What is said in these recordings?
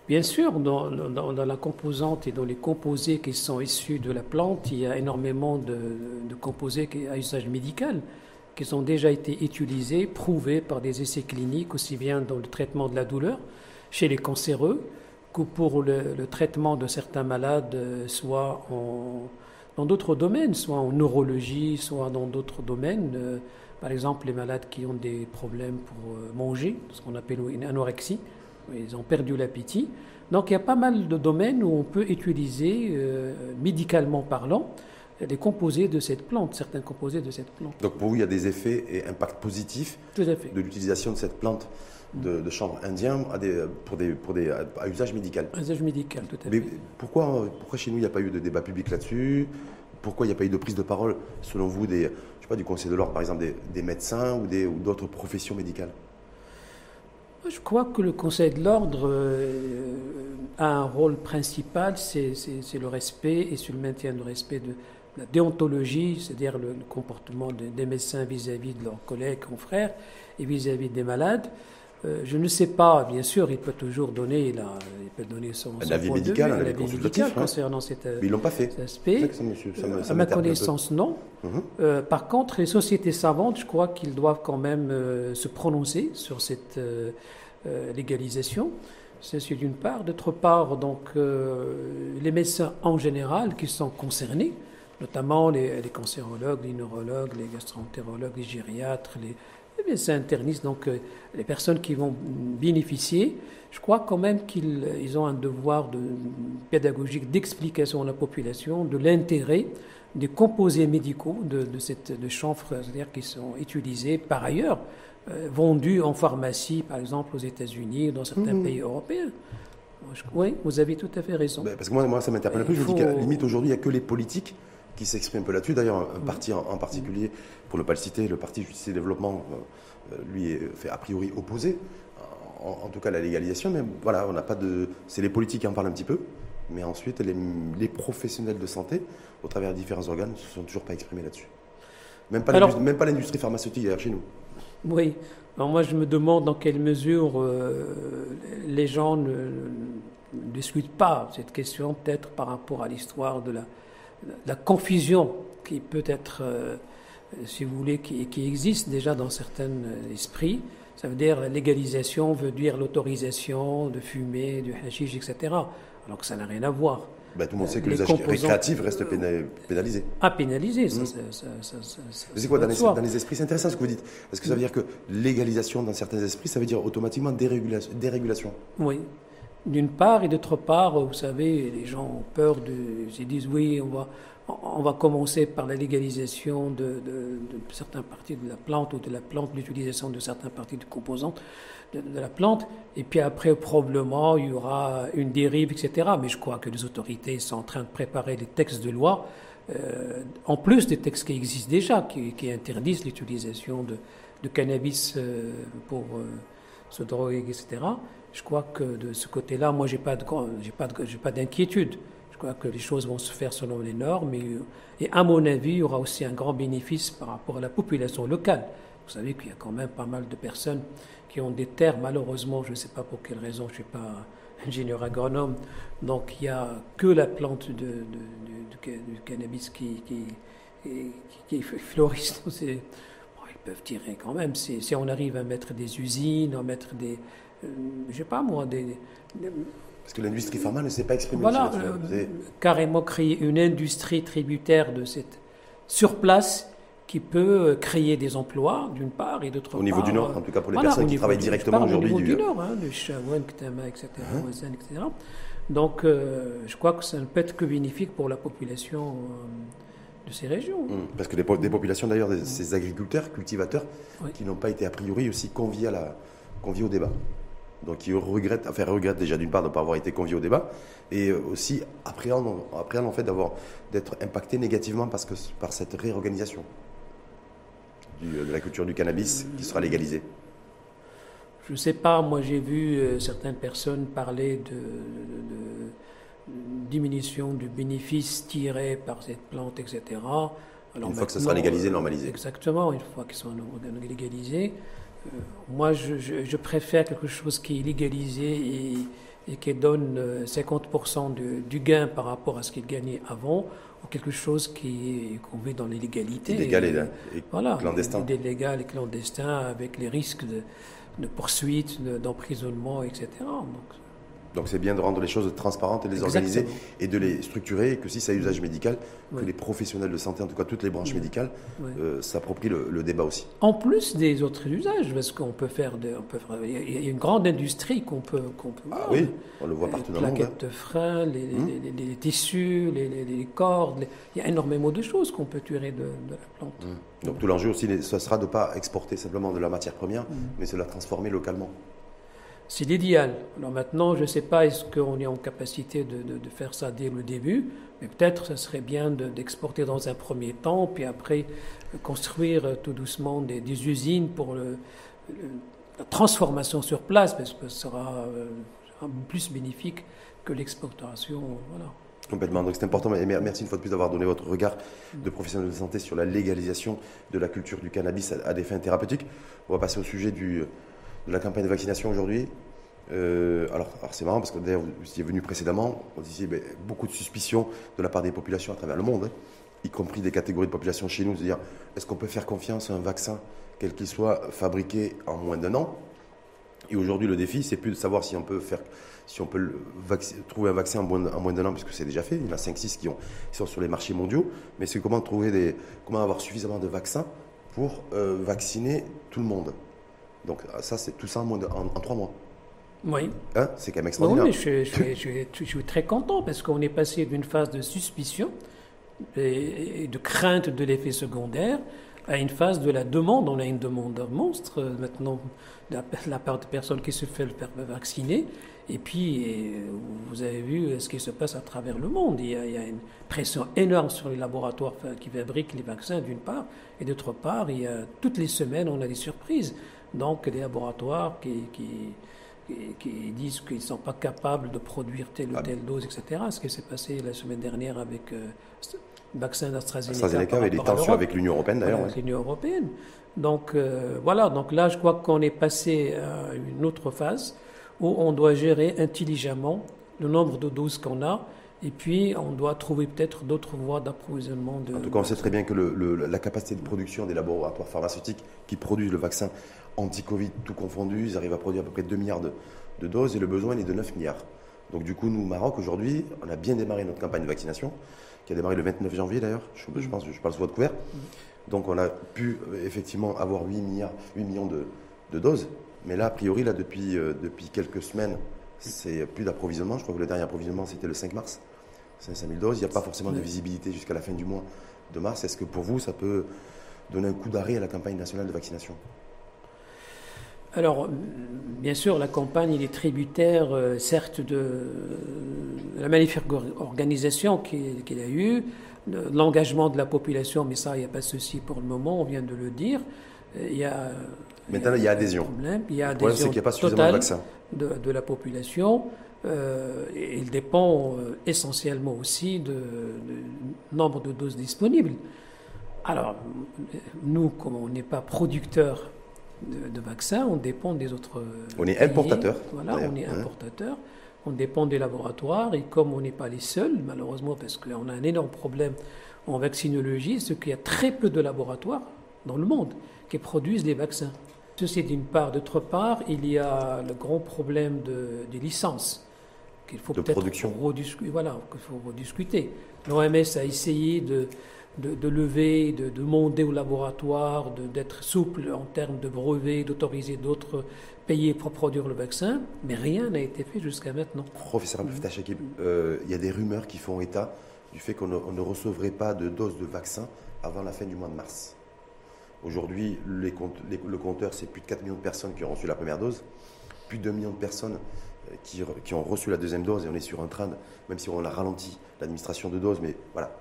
Bien sûr, dans la composante et dans les composés qui sont issus de la plante, il y a énormément de composés à usage médical qui ont déjà été utilisés, prouvés par des essais cliniques, aussi bien dans le traitement de la douleur chez les cancéreux que pour le traitement de certains malades, soit dans d'autres domaines, soit en neurologie, soit dans d'autres domaines. Par exemple, les malades qui ont des problèmes pour manger, ce qu'on appelle une anorexie, ils ont perdu l'appétit. Donc il y a pas mal de domaines où on peut utiliser, médicalement parlant, les composés de cette plante, certains composés de cette plante. Donc pour vous, il y a des effets et impacts positifs Tout à fait. de l'utilisation de cette plante de chanvre indien à usage médical. À usage médical, tout à Mais fait. pourquoi chez nous, il n'y a pas eu de débat public là-dessus? Pourquoi il n'y a pas eu de prise de parole, selon vous, du Conseil de l'Ordre, par exemple, des médecins ou d'autres professions médicales? Je crois que le Conseil de l'Ordre a un rôle principal, c'est le respect et sur le maintien du respect de la déontologie, c'est-à-dire le comportement des médecins vis-à-vis de leurs collègues, confrères et vis-à-vis des malades. Je ne sais pas, bien sûr, il peut toujours donner, son l'avis point de vue, médical, l'avis consultatif, médical concernant cet Mais ils ne l'ont pas fait. aspect. Ça À ma m'énerve un peu. connaissance, non. Par contre, les sociétés savantes, je crois qu'ils doivent quand même se prononcer sur cette légalisation. C'est d'une part. D'autre part, donc, les médecins en général qui sont concernés, notamment les cancérologues, les neurologues, les gastroentérologues, les gériatres, les médecins internistes, donc les personnes qui vont bénéficier, je crois quand même qu'ils ont un devoir pédagogique d'explication à la population de l'intérêt des composés médicaux de chanvre, c'est-à-dire qui sont utilisés par ailleurs, vendus en pharmacie, par exemple aux États-Unis, dans certains pays européens. Oui, vous avez tout à fait raison. Parce que moi ça m'interpelle un peu. Je me dis qu'à la limite, aujourd'hui, il n'y a que les politiques qui s'expriment un peu là-dessus. D'ailleurs, un parti en particulier, pour ne pas le citer, le Parti Justice et Développement, lui est fait a priori opposé, en tout cas à la légalisation. Mais voilà, on n'a pas de. C'est les politiques qui en parlent un petit peu, mais ensuite les professionnels de santé, au travers de différents organes, ne se sont toujours pas exprimés là-dessus. Même pas l'industrie pharmaceutique d'ailleurs chez nous. Oui. Alors moi, je me demande dans quelle mesure les gens ne discutent pas cette question, peut-être par rapport à l'histoire de la confusion qui peut être, si vous voulez, qui existe déjà dans certains esprits. Ça veut dire la légalisation veut dire l'autorisation de fumer, du hashish, etc. Alors que ça n'a rien à voir. Tout le monde sait que l'usage récréatif reste pénalisé. Pénalisé, ça c'est quoi dans les esprits? C'est intéressant ce que vous dites. Est-ce que ça veut dire que légalisation dans certains esprits, ça veut dire automatiquement dérégulation? Oui. D'une part, et d'autre part, vous savez, les gens ont peur ils disent oui, on va commencer par la légalisation de certaines parties de la plante ou de la plante, l'utilisation de certaines parties de composantes de la plante, et puis après, probablement, il y aura une dérive, etc. Mais je crois que les autorités sont en train de préparer des textes de loi, en plus des textes qui existent déjà, qui interdisent l'utilisation de cannabis pour se droguer, etc. Je crois que de ce côté-là, moi, j'ai pas d'inquiétude. Je crois que les choses vont se faire selon les normes. Et à mon avis, il y aura aussi un grand bénéfice par rapport à la population locale. Vous savez qu'il y a quand même pas mal de personnes qui ont des terres, malheureusement, je ne sais pas pour quelle raison, je ne suis pas ingénieur agronome, donc il n'y a que la plante du cannabis qui fleurissent. Ils peuvent tirer quand même. Si on arrive à mettre des usines, à mettre je sais pas moi, Parce que l'industrie pharma ne s'est pas exprimée. Voilà, carrément créer une industrie tributaire de cette sur place qui peut créer des emplois, d'une part, et d'autre part... Au niveau du Nord, en tout cas pour les personnes qui travaillent directement aujourd'hui. Au niveau du Nord, du Chaouane, Ktama, etc., Ouazan, etc. Donc, je crois que ça ne peut être que bénéfique pour la population de ces régions. Parce que des populations, d'ailleurs, ces agriculteurs, cultivateurs, qui n'ont pas été a priori aussi conviés au débat. Donc, ils regrettent déjà d'une part de ne pas avoir été conviés au débat, et aussi appréhendent en fait d'être impactés négativement par cette réorganisation de la culture du cannabis qui sera légalisée. Je ne sais pas, moi j'ai vu certaines personnes parler de diminution du bénéfice tiré par cette plante, etc. Alors une fois que ça sera légalisé, normalisé. Exactement, une fois qu'ils sont légalisés. Moi, je préfère quelque chose qui est légalisé et qui donne 50% du gain par rapport à ce qu'il gagnait avant, ou quelque chose qu'on met dans l'illégalité. Illégal et clandestin. Illégal et clandestin, avec les risques de poursuites, d'emprisonnement, etc. Donc c'est bien de rendre les choses transparentes et de les organiser et de les structurer, et que si c'est à usage médical, que les professionnels de santé, en tout cas toutes les branches médicales, s'approprient le débat aussi. En plus des autres usages, parce qu'on peut faire, il y a une grande industrie qu'on peut oui, on le voit partout dans le monde. Les plaquettes de frein, les tissus, les cordes, il y a énormément de choses qu'on peut tirer de la plante. Donc tout l'enjeu aussi, ce sera de ne pas exporter simplement de la matière première, mais de la transformer localement. C'est l'idéal. Alors maintenant, je ne sais pas, est-ce qu'on est en capacité de faire ça dès le début, mais peut-être ce serait bien d'exporter dans un premier temps, puis après construire tout doucement des usines pour la transformation sur place, parce que ce sera plus bénéfique que l'exportation. Voilà. Complètement. Donc c'est important. Et merci une fois de plus d'avoir donné votre regard de professionnel de santé sur la légalisation de la culture du cannabis à des fins thérapeutiques. On va passer au sujet de la campagne de vaccination aujourd'hui. Alors c'est marrant parce que d'ailleurs vous étiez venu précédemment, on disait beaucoup de suspicions de la part des populations à travers le monde, y compris des catégories de population chez nous, de dire est-ce qu'on peut faire confiance à un vaccin, quel qu'il soit, fabriqué en moins d'1 an. Et aujourd'hui le défi, c'est plus de savoir si on peut trouver un vaccin en moins d'1 an, puisque c'est déjà fait, il y en a 5-6 qui sont sur les marchés mondiaux, mais c'est comment avoir suffisamment de vaccins pour vacciner tout le monde. Donc ça, c'est tout ça en 3 mois. Oui. C'est quand même extraordinaire. Oui, je suis très content parce qu'on est passé d'une phase de suspicion et de crainte de l'effet secondaire à une phase de la demande. On a une demande monstre maintenant de la part de personnes qui se font vacciner. Et puis, vous avez vu ce qui se passe à travers le monde. Il y a une pression énorme sur les laboratoires qui fabriquent les vaccins, d'une part. Et d'autre part, toutes les semaines, on a des surprises. Donc, des laboratoires qui disent qu'ils ne sont pas capables de produire telle ou telle dose, etc. Ce qui s'est passé la semaine dernière avec le vaccin d'AstraZeneca. Et les tensions avec l'Union européenne, d'ailleurs. Avec l'Union européenne. Donc, voilà. Donc là, je crois qu'on est passé à une autre phase où on doit gérer intelligemment le nombre de doses qu'on a. Et puis, on doit trouver peut-être d'autres voies d'approvisionnement. En tout cas, on sait très bien que la capacité de production des laboratoires pharmaceutiques qui produisent le vaccin anti-Covid, tout confondu, ils arrivent à produire à peu près 2 milliards de doses et le besoin il est de 9 milliards. Donc du coup, nous, au Maroc, aujourd'hui, on a bien démarré notre campagne de vaccination, qui a démarré le 29 janvier d'ailleurs, je pense, je parle sous votre couvert. Donc on a pu effectivement avoir 8 millions de doses. Mais là, a priori, depuis quelques semaines, c'est plus d'approvisionnement. Je crois que le dernier approvisionnement, c'était le 5 mars. 500 000 doses. Il n'y a pas forcément de visibilité jusqu'à la fin du mois de mars. Est-ce que pour vous, ça peut donner un coup d'arrêt à la campagne nationale de vaccination ? Alors, bien sûr, la campagne est tributaire, certes, de la magnifique organisation qu'il y a eu, de l'engagement de la population, mais ça, il n'y a pas de souci pour le moment, on vient de le dire. Maintenant, il y a adhésion. Il y a adhésion. Le problème, c'est qu'il n'y a pas suffisamment de vaccins. De la population. Il dépend essentiellement aussi du nombre de doses disponibles. Alors, nous, comme on n'est pas producteurs de vaccins, on dépend des autres On est importateurs. Voilà, on est importateurs. On dépend des laboratoires et comme on n'est pas les seuls, malheureusement, parce qu'on a un énorme problème en vaccinologie, c'est qu'il y a très peu de laboratoires dans le monde qui produisent les vaccins. Ceci d'une part. D'autre part, il y a le grand problème des licences qu'il faut peut-être rediscuter. L'OMS a essayé de lever, de demander aux laboratoires d'être souple en termes de brevets, d'autoriser d'autres pays pour produire le vaccin, mais rien n'a été fait jusqu'à maintenant. Professeur Abdel Chakib, il y a des rumeurs qui font état du fait qu'on ne recevrait pas de doses de vaccin avant la fin du mois de mars. Aujourd'hui, le compteur, c'est plus de 4 millions de personnes qui ont reçu la première dose, plus de 2 millions de personnes qui ont reçu la deuxième dose, et on est sur un train, même si on a ralenti l'administration de doses, mais voilà.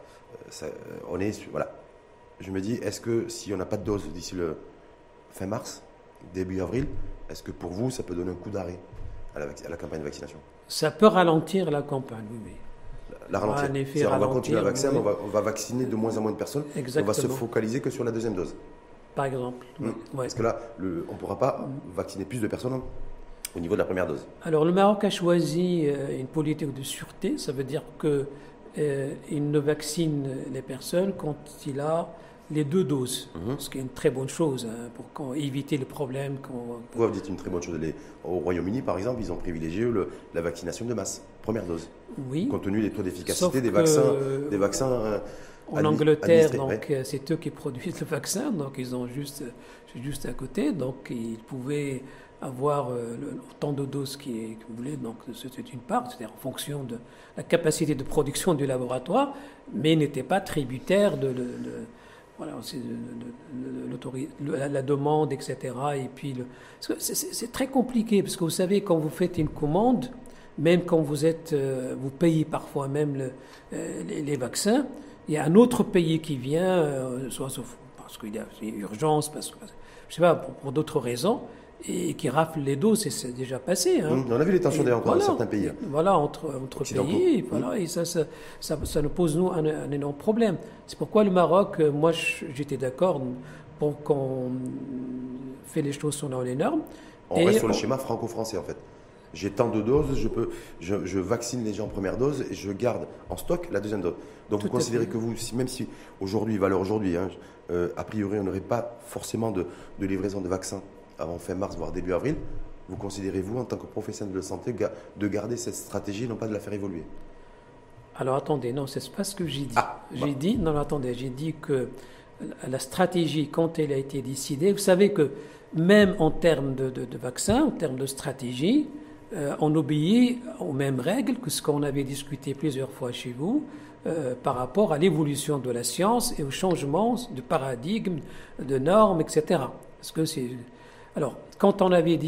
Voilà. Je me dis, est-ce que si on n'a pas de dose d'ici le fin mars, début avril, est-ce que pour vous, ça peut donner un coup d'arrêt à la campagne de vaccination ? Ça peut ralentir la campagne, oui. La ralentir. On va continuer le vaccin, mais on va vacciner de moins en moins de personnes. Exactement. On va se focaliser que sur la deuxième dose. Par exemple. Parce que là, on ne pourra pas vacciner plus de personnes au niveau de la première dose? Alors, le Maroc a choisi une politique de sûreté. Ça veut dire qu'il ne vaccine les personnes quand il a les 2 doses, ce qui est une très bonne chose pour éviter le problème. Vous dites une très bonne chose. Au Royaume-Uni, par exemple, ils ont privilégié la vaccination de masse, première dose. Oui. Compte tenu des taux d'efficacité des vaccins. En Angleterre, donc c'est eux qui produisent le vaccin, donc ils ont juste à côté, donc ils pouvaient avoir autant de doses qu'ils voulaient, donc c'est une part, c'est-à-dire en fonction de la capacité de production du laboratoire, mais n'étaient pas tributaires de la demande, etc. Et puis, c'est très compliqué, parce que vous savez, quand vous faites une commande, même quand vous payez parfois même les vaccins, il y a un autre pays qui vient, soit parce qu'il y a une urgence, parce que, je sais pas, pour d'autres raisons, et qui rafle les doses, et c'est déjà passé. Hein. On a vu les tensions d'ailleurs dans certains pays. Voilà, entre pays, et ça nous pose, nous, un énorme problème. C'est pourquoi le Maroc, moi, j'étais d'accord pour qu'on fait les choses selon les normes. On reste sur le schéma franco-français, en fait. J'ai tant de doses, je vaccine les gens en première dose et je garde en stock la deuxième dose. Donc vous considérez que même si aujourd'hui, valeur aujourd'hui, a priori on n'aurait pas forcément de livraison de vaccins avant fin mars, voire début avril, vous considérez, vous, en tant que professionnel de santé, de garder cette stratégie, non pas de la faire évoluer? Alors attendez, non, c'est pas ce que j'ai dit. J'ai dit que la stratégie, quand elle a été décidée, vous savez que même en termes de vaccins, en termes de stratégie, on obéit aux mêmes règles que ce qu'on avait discuté plusieurs fois chez vous par rapport à l'évolution de la science et au changement de paradigme, de normes, etc. Parce que alors, quand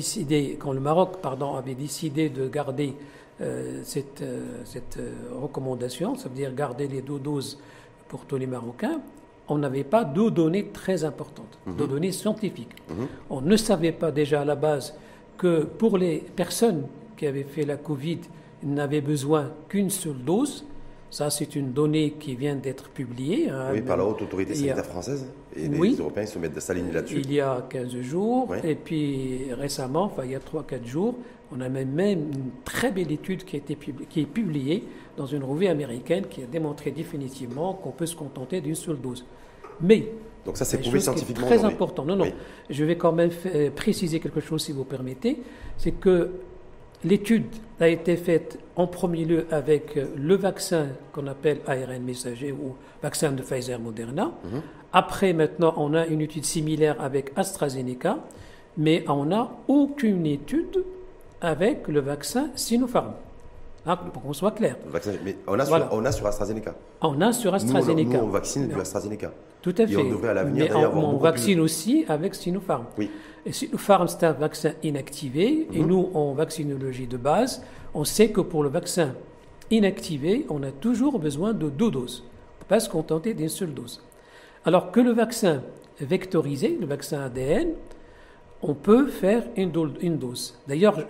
le Maroc, avait décidé de garder cette recommandation, ça veut dire garder les 2 doses pour tous les Marocains, on n'avait pas 2 données très importantes, 2 données scientifiques. On ne savait pas déjà à la base que pour les personnes qui avaient fait la Covid, ils n'avaient besoin qu'une seule dose. Ça, c'est une donnée qui vient d'être publiée. Oui, par la haute autorité sanitaire française. Et les Européens se mettent de s'aligner là-dessus. Il y a 15 jours. Oui. Et puis récemment, il y a 3-4 jours, on a même une très belle étude qui est publiée dans une revue américaine qui a démontré définitivement qu'on peut se contenter d'une seule dose. Mais donc ça, c'est prouvé scientifiquement. Très important. Non, oui. Je vais quand même préciser quelque chose, si vous permettez. C'est que l'étude a été faite en premier lieu avec le vaccin qu'on appelle ARN messager ou vaccin de Pfizer-Moderna. Après, maintenant, on a une étude similaire avec AstraZeneca, mais on n'a aucune étude avec le vaccin Sinopharm. Pour qu'on soit clair. Mais on a sur AstraZeneca. On a sur AstraZeneca. Nous on vaccine du AstraZeneca. Tout à fait. Et on devrait à l'avenir d'ailleurs on vaccine aussi avec Sinopharm. Oui. Et Sinopharm, c'est un vaccin inactivé. Et nous, en vaccinologie de base, on sait que pour le vaccin inactivé, on a toujours besoin de 2 doses. On ne peut pas se contenter d'une seule dose. Alors que le vaccin vectorisé, le vaccin ADN, on peut faire une dose. D'ailleurs,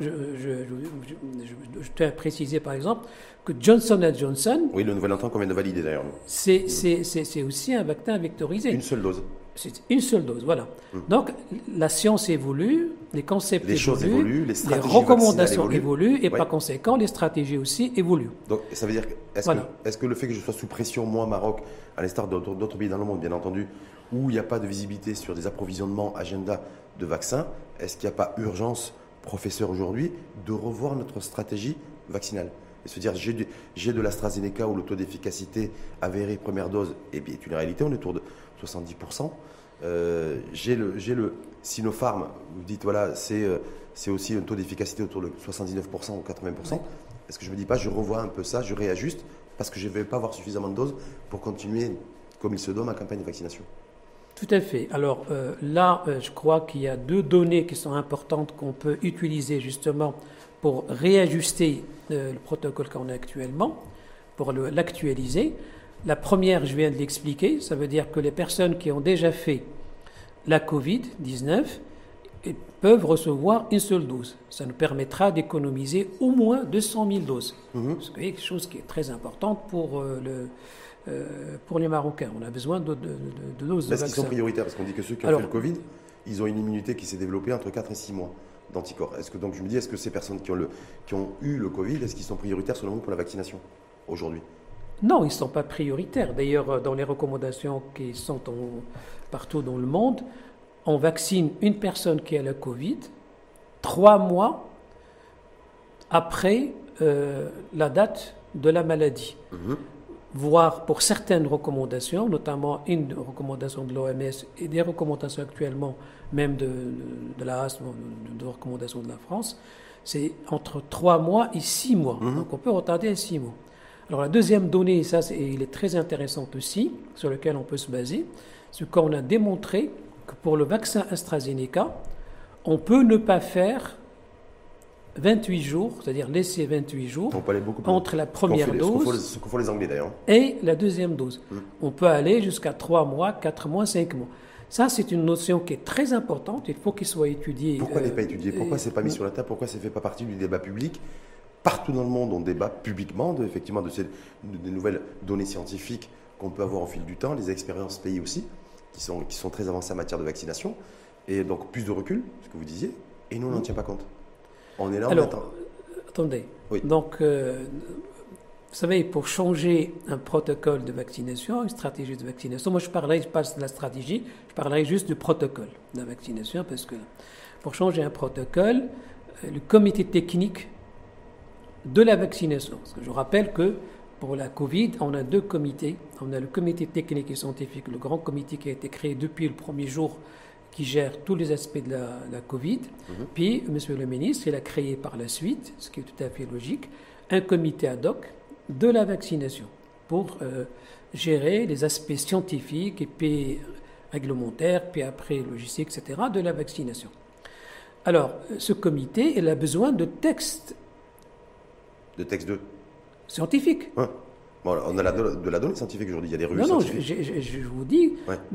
je tiens à préciser par exemple que Johnson & Johnson... Oui, le nouvel entrant qu'on vient de valider d'ailleurs. C'est aussi un vaccin vectorisé. Une seule dose. C'est une seule dose, voilà. Donc, la science évolue, les concepts évoluent, les recommandations évoluent, et par conséquent, les stratégies aussi évoluent. Donc, ça veut dire, est-ce que le fait que je sois sous pression, moi, Maroc, à l'instar d'autres pays dans le monde, bien entendu, où il n'y a pas de visibilité sur des approvisionnements, agenda de vaccins, est-ce qu'il n'y a pas urgence, professeur, aujourd'hui, de revoir notre stratégie vaccinale? Et se dire, j'ai de l'AstraZeneca où le taux d'efficacité avéré première dose est une réalité, on est autour de 70%. J'ai le Sinopharm, vous dites, voilà, c'est aussi un taux d'efficacité autour de 79% ou 80%. Est-ce que je ne me dis pas, je revois un peu ça, je réajuste, parce que je ne vais pas avoir suffisamment de doses pour continuer, comme il se doit, ma campagne de vaccination? Tout à fait. Alors là, je crois qu'il y a 2 données qui sont importantes qu'on peut utiliser justement pour réajuster le protocole qu'on a actuellement, pour l'actualiser. La première, je viens de l'expliquer, ça veut dire que les personnes qui ont déjà fait la Covid-19 peuvent recevoir une seule dose. Ça nous permettra d'économiser au moins 200 000 doses. C'est quelque chose qui est très important pour les Marocains. On a besoin de doses de vaccins. Est-ce qu'ils sont prioritaires? Parce qu'on dit que ceux qui ont fait le Covid, ils ont une immunité qui s'est développée entre 4 et 6 mois. d'anticorps. Donc je me dis, est-ce que ces personnes qui ont eu le Covid, est-ce qu'ils sont prioritaires selon vous pour la vaccination aujourd'hui? Non, ils ne sont pas prioritaires. D'ailleurs, dans les recommandations qui sont partout dans le monde, on vaccine une personne qui a le Covid 3 mois après la date de la maladie. Voire pour certaines recommandations, notamment une recommandation de l'OMS et des recommandations actuellement même de la HAS, de recommandations de la France, c'est entre 3 mois et 6 mois. Donc on peut retarder à 6 mois. Alors la deuxième donnée, et ça il est très intéressante aussi, sur lequel on peut se baser, c'est qu'on a démontré que pour le vaccin AstraZeneca, on peut ne pas faire 28 jours, c'est-à-dire laisser 28 jours entre la première dose ce que font les Anglais d'ailleurs et la deuxième dose. On peut aller jusqu'à 3 mois, 4 mois, 5 mois. Ça, c'est une notion qui est très importante. Il faut qu'il soit étudié. Pourquoi elle n'est pas étudiée? Pourquoi ce n'est pas mis sur la table? Pourquoi ça ne fait pas partie du débat public? Partout dans le monde, on débat publiquement effectivement de nouvelles données scientifiques qu'on peut avoir au fil du temps, les expériences pays aussi, qui sont très avancées en matière de vaccination. Et donc plus de recul, ce que vous disiez, et nous, on n'en tient pas compte. On est là, attendez. Oui. Donc, vous savez, pour changer un protocole de vaccination, une stratégie de vaccination, moi je passe de la stratégie, je parlerai juste du protocole de la vaccination, parce que pour changer un protocole, le comité technique de la vaccination, parce que je rappelle que pour la Covid, on a 2 comités. On a le comité technique et scientifique, le grand comité qui a été créé depuis le premier jour, qui gère tous les aspects de la Covid. Puis, Monsieur le ministre, il a créé par la suite, ce qui est tout à fait logique, un comité ad hoc de la vaccination pour gérer les aspects scientifiques et puis réglementaires, puis après logistique, etc., de la vaccination. Alors, ce comité, il a besoin de textes. De textes scientifiques. Ouais. Bon, on a de la donnée scientifique aujourd'hui, il y a des revues scientifiques. Non, je vous dis,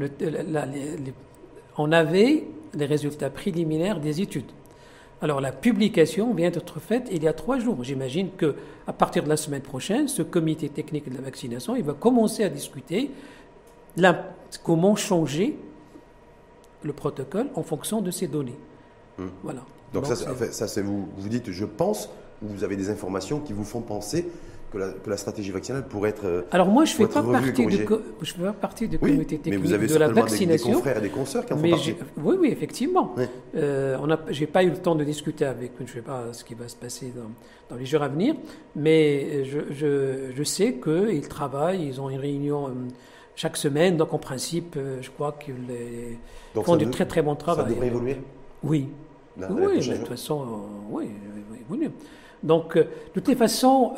on avait les résultats préliminaires des études. Alors la publication vient d'être faite il y a 3 jours. J'imagine qu'à partir de la semaine prochaine, ce comité technique de la vaccination, il va commencer à discuter comment changer le protocole en fonction de ces données. Voilà. Donc ça c'est vous dites, je pense, ou vous avez des informations qui vous font penser que la stratégie vaccinale pourrait être. Alors moi, je ne fais pas partie du comité technique de la vaccination. Des confrères et des consoeurs qui en font partie. Oui, effectivement. Oui. Je n'ai pas eu le temps de discuter avec eux. Je ne sais pas ce qui va se passer dans les jours à venir, mais je sais qu'ils travaillent, ils ont une réunion chaque semaine. Donc en principe, je crois qu'ils font du très très bon travail. Ça devrait évoluer. Oui. Oui, mais de toute façon, oui, évoluer. Donc, de toutes les façons,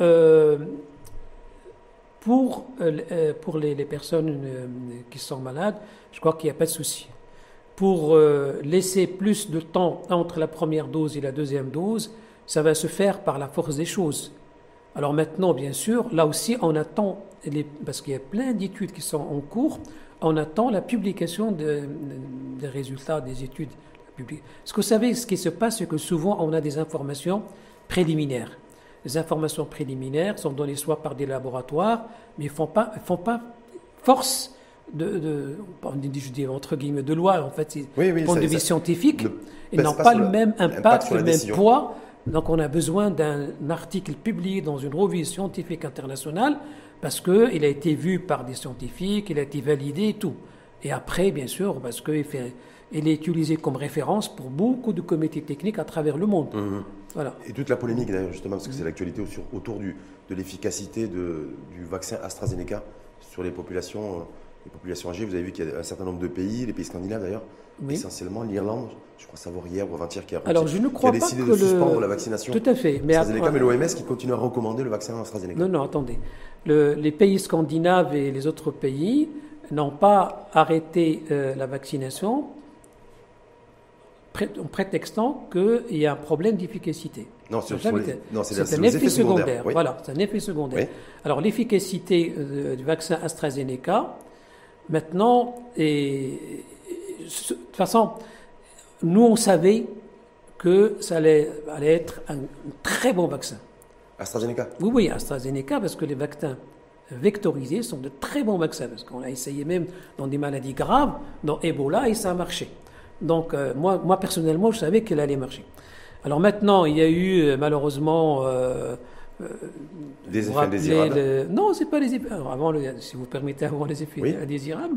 pour les personnes qui sont malades, je crois qu'il n'y a pas de souci. Pour laisser plus de temps entre la première dose et la deuxième dose, ça va se faire par la force des choses. Alors maintenant, bien sûr, là aussi, on attend, parce qu'il y a plein d'études qui sont en cours, on attend la publication des résultats des études publiques. Parce que vous savez, ce qui se passe, c'est que souvent, on a des informations préliminaires. Les informations préliminaires sont données soit par des laboratoires, mais ils ne font pas force je dis entre guillemets de loi, en fait, du point de vue scientifique, ils n'ont pas le même impact, le même poids. Donc on a besoin d'un article publié dans une revue scientifique internationale parce qu'il a été vu par des scientifiques, il a été validé et tout. Et après, bien sûr, parce qu'il est utilisé comme référence pour beaucoup de comités techniques à travers le monde. Voilà. Et toute la polémique, d'ailleurs, justement, parce que c'est l'actualité autour de l'efficacité du vaccin AstraZeneca sur les populations âgées. Vous avez vu qu'il y a un certain nombre de pays, les pays scandinaves d'ailleurs, essentiellement l'Irlande, je crois savoir hier ou avant-hier, qui a décidé de suspendre la vaccination. Tout à fait. Mais l'OMS qui continue à recommander le vaccin AstraZeneca. Non, attendez. Les pays scandinaves et les autres pays n'ont pas arrêté la vaccination en prétextant qu'il y a un problème d'efficacité. Non, c'est un effet secondaire. Oui. Voilà, c'est un effet secondaire. Oui. Alors, l'efficacité du vaccin AstraZeneca, maintenant, de toute façon, nous, on savait que ça allait être un très bon vaccin. AstraZeneca? Oui, AstraZeneca, parce que les vaccins vectorisés sont de très bons vaccins, parce qu'on a essayé même dans des maladies graves, dans Ebola, et ça a marché. Donc, moi, personnellement, je savais qu'il allait marcher. Alors maintenant, il y a eu malheureusement... des effets indésirables. Non, c'est pas les effets... Alors, si vous permettez, avant les effets indésirables,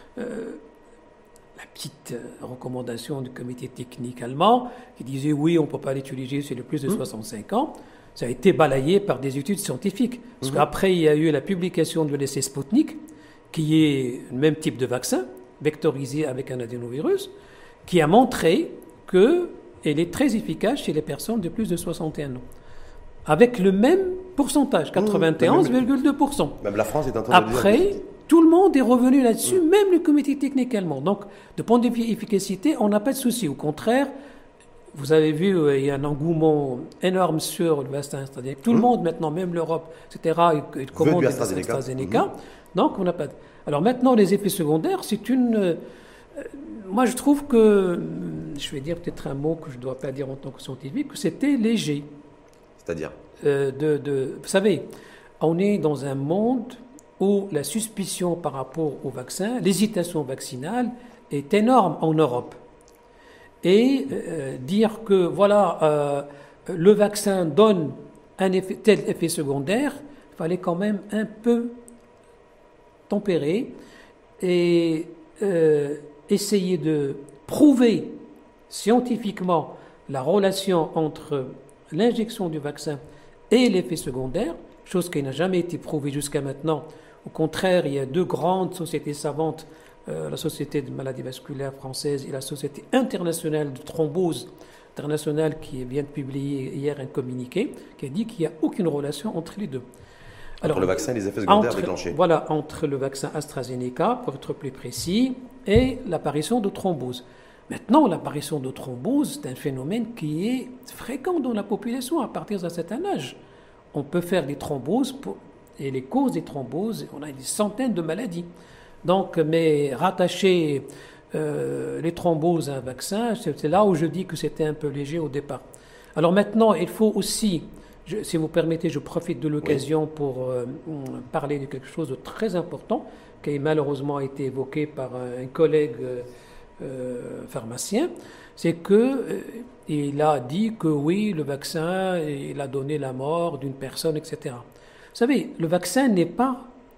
la petite recommandation du comité technique allemand qui disait oui, on ne peut pas l'utiliser chez les plus de 65 ans, ça a été balayé par des études scientifiques. Parce qu'après, il y a eu la publication de l'essai Sputnik, qui est le même type de vaccin, vectorisé avec un adénovirus, qui a montré qu'elle est très efficace chez les personnes de plus de 61 ans. Avec le même pourcentage, 91,2%. Même la France est en train de dire... Après, tout le monde est revenu là-dessus, même le comité technique allemand. Donc, de point de vue efficacité, on n'a pas de souci. Au contraire, vous avez vu, il y a un engouement énorme sur le vaccin AstraZeneca. Tout le monde, maintenant, même l'Europe, etc., il commande des vaccins AstraZeneca. Donc, on n'a pas... Alors maintenant, les effets secondaires, c'est une... moi, je trouve que... Je vais dire peut-être un mot que je ne dois pas dire en tant que scientifique, que c'était léger. C'est-à-dire vous savez, on est dans un monde où la suspicion par rapport au vaccin, l'hésitation vaccinale est énorme en Europe. Et dire que, voilà, le vaccin donne tel effet secondaire, il fallait quand même un peu tempérer et essayer de prouver scientifiquement la relation entre l'injection du vaccin et l'effet secondaire, chose qui n'a jamais été prouvée jusqu'à maintenant. Au contraire, il y a deux grandes sociétés savantes, la Société de maladies vasculaires française et la Société internationale de thrombose internationale, qui vient de publier hier un communiqué, qui a dit qu'il n'y a aucune relation entre les deux. Alors, entre le vaccin et les effets secondaires déclenchés. Voilà, entre le vaccin AstraZeneca, pour être plus précis, et l'apparition de thrombose. Maintenant, l'apparition de thrombose, c'est un phénomène qui est fréquent dans la population à partir d'un certain âge. On peut faire des thromboses, et les causes des thromboses, on a des centaines de maladies. Donc, mais rattacher les thromboses à un vaccin, c'est là où je dis que c'était un peu léger au départ. Alors maintenant, il faut aussi, si vous permettez, je profite de l'occasion pour parler de quelque chose de très important qui malheureusement a été évoqué par un collègue pharmacien, c'est qu'il a dit que oui, le vaccin, il a donné la mort d'une personne, etc. Vous savez, le vaccin n'est pas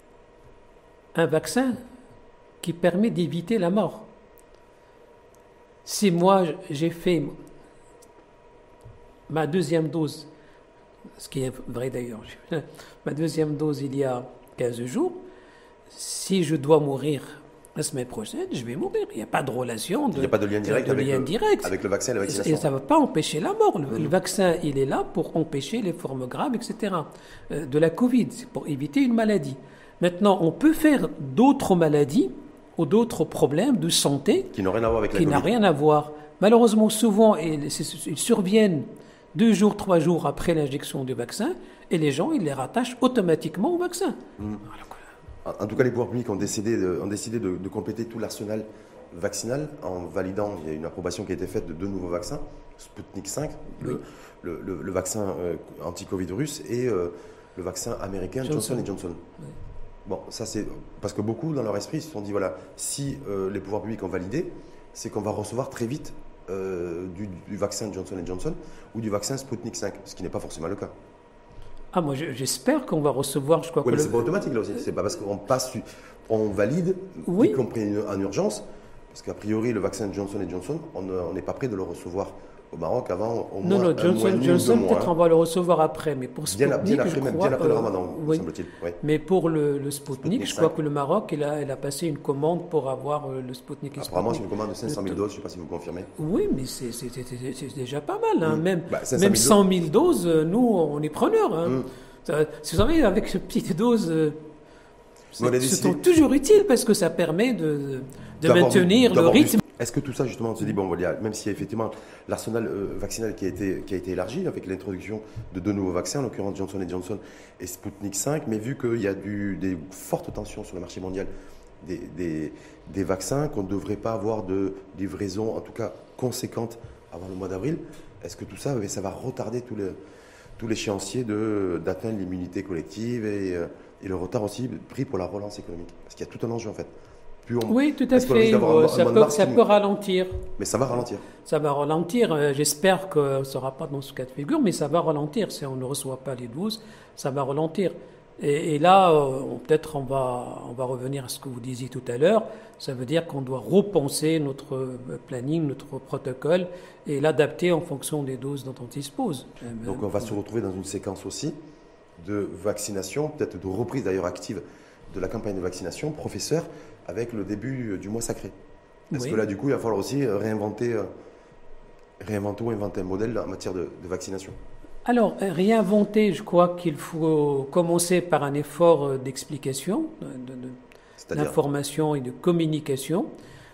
un vaccin qui permet d'éviter la mort. Si moi, j'ai fait ma deuxième dose, ce qui est vrai d'ailleurs, ma deuxième dose il y a 15 jours, si je dois mourir la semaine prochaine, je vais mourir. Il n'y a pas de relation. Il n'y a pas de lien direct, avec le vaccin et la vaccination. Et ça ne va pas empêcher la mort. Le vaccin, il est là pour empêcher les formes graves, etc. De la Covid, c'est pour éviter une maladie. Maintenant, on peut faire d'autres maladies ou d'autres problèmes de santé qui n'ont rien à voir avec la Covid. Qui n'ont rien à voir. Malheureusement, souvent, ils surviennent 2 jours, 3 jours après l'injection du vaccin et les gens, ils les rattachent automatiquement au vaccin. En tout cas, les pouvoirs publics ont décidé de compléter tout l'arsenal vaccinal en validant, il y a une approbation qui a été faite de 2 nouveaux vaccins, Sputnik 5, le vaccin anti-Covid russe, et le vaccin américain Johnson & Johnson. Oui. Bon, ça c'est parce que beaucoup dans leur esprit se sont dit, voilà, si les pouvoirs publics ont validé, c'est qu'on va recevoir très vite du vaccin Johnson & Johnson ou du vaccin Sputnik 5, ce qui n'est pas forcément le cas. Ah, moi, j'espère qu'on va recevoir, je crois que... Oui, mais c'est pas automatique, là aussi. C'est pas parce qu'on on valide, y compris en urgence, parce qu'a priori, le vaccin Johnson & Johnson, on n'est pas prêt de le recevoir au Maroc avant au moins Johnson, peut-être on va le recevoir après, mais pour Sputnik, bien après le Ramadan, semble-t-il. Oui. Mais pour le Sputnik, je crois que le Maroc, il a passé une commande pour avoir le Sputnik. Apparemment, c'est une commande de 500 000 doses, je ne sais pas si vous confirmez. Oui, mais c'est déjà pas mal. Hein. Même 100 000 doses, nous, on est preneurs. Hein. Vous savez, avec cette petite dose, c'est toujours utile parce que ça permet de maintenir le rythme. Est-ce que tout ça, justement, on se dit, bon, même si effectivement l'arsenal vaccinal qui a été élargi avec l'introduction de 2 nouveaux vaccins, en l'occurrence Johnson & Johnson et Sputnik 5, mais vu qu'il y a des fortes tensions sur le marché mondial des vaccins, qu'on ne devrait pas avoir de livraison, en tout cas conséquente, avant le mois d'avril, est-ce que tout ça, ça va retarder tout l'échéancier d'atteindre l'immunité collective et le retard aussi pris pour la relance économique? Parce qu'il y a tout un enjeu, en fait. Oui, tout à fait. Ça peut ralentir. Mais ça va ralentir. Ça va ralentir. J'espère que ça ne sera pas dans ce cas de figure, mais ça va ralentir. Si on ne reçoit pas les 12, ça va ralentir. Et là, peut-être on va revenir à ce que vous disiez tout à l'heure. Ça veut dire qu'on doit repenser notre planning, notre protocole et l'adapter en fonction des doses dont on dispose. Donc on va se retrouver dans une séquence aussi de vaccination, peut-être de reprise d'ailleurs active de la campagne de vaccination, professeur, avec le début du mois sacré. Est-ce que là, du coup, il va falloir aussi réinventer ou inventer un modèle en matière de vaccination? Alors, réinventer, je crois qu'il faut commencer par un effort d'explication, d'information et de communication.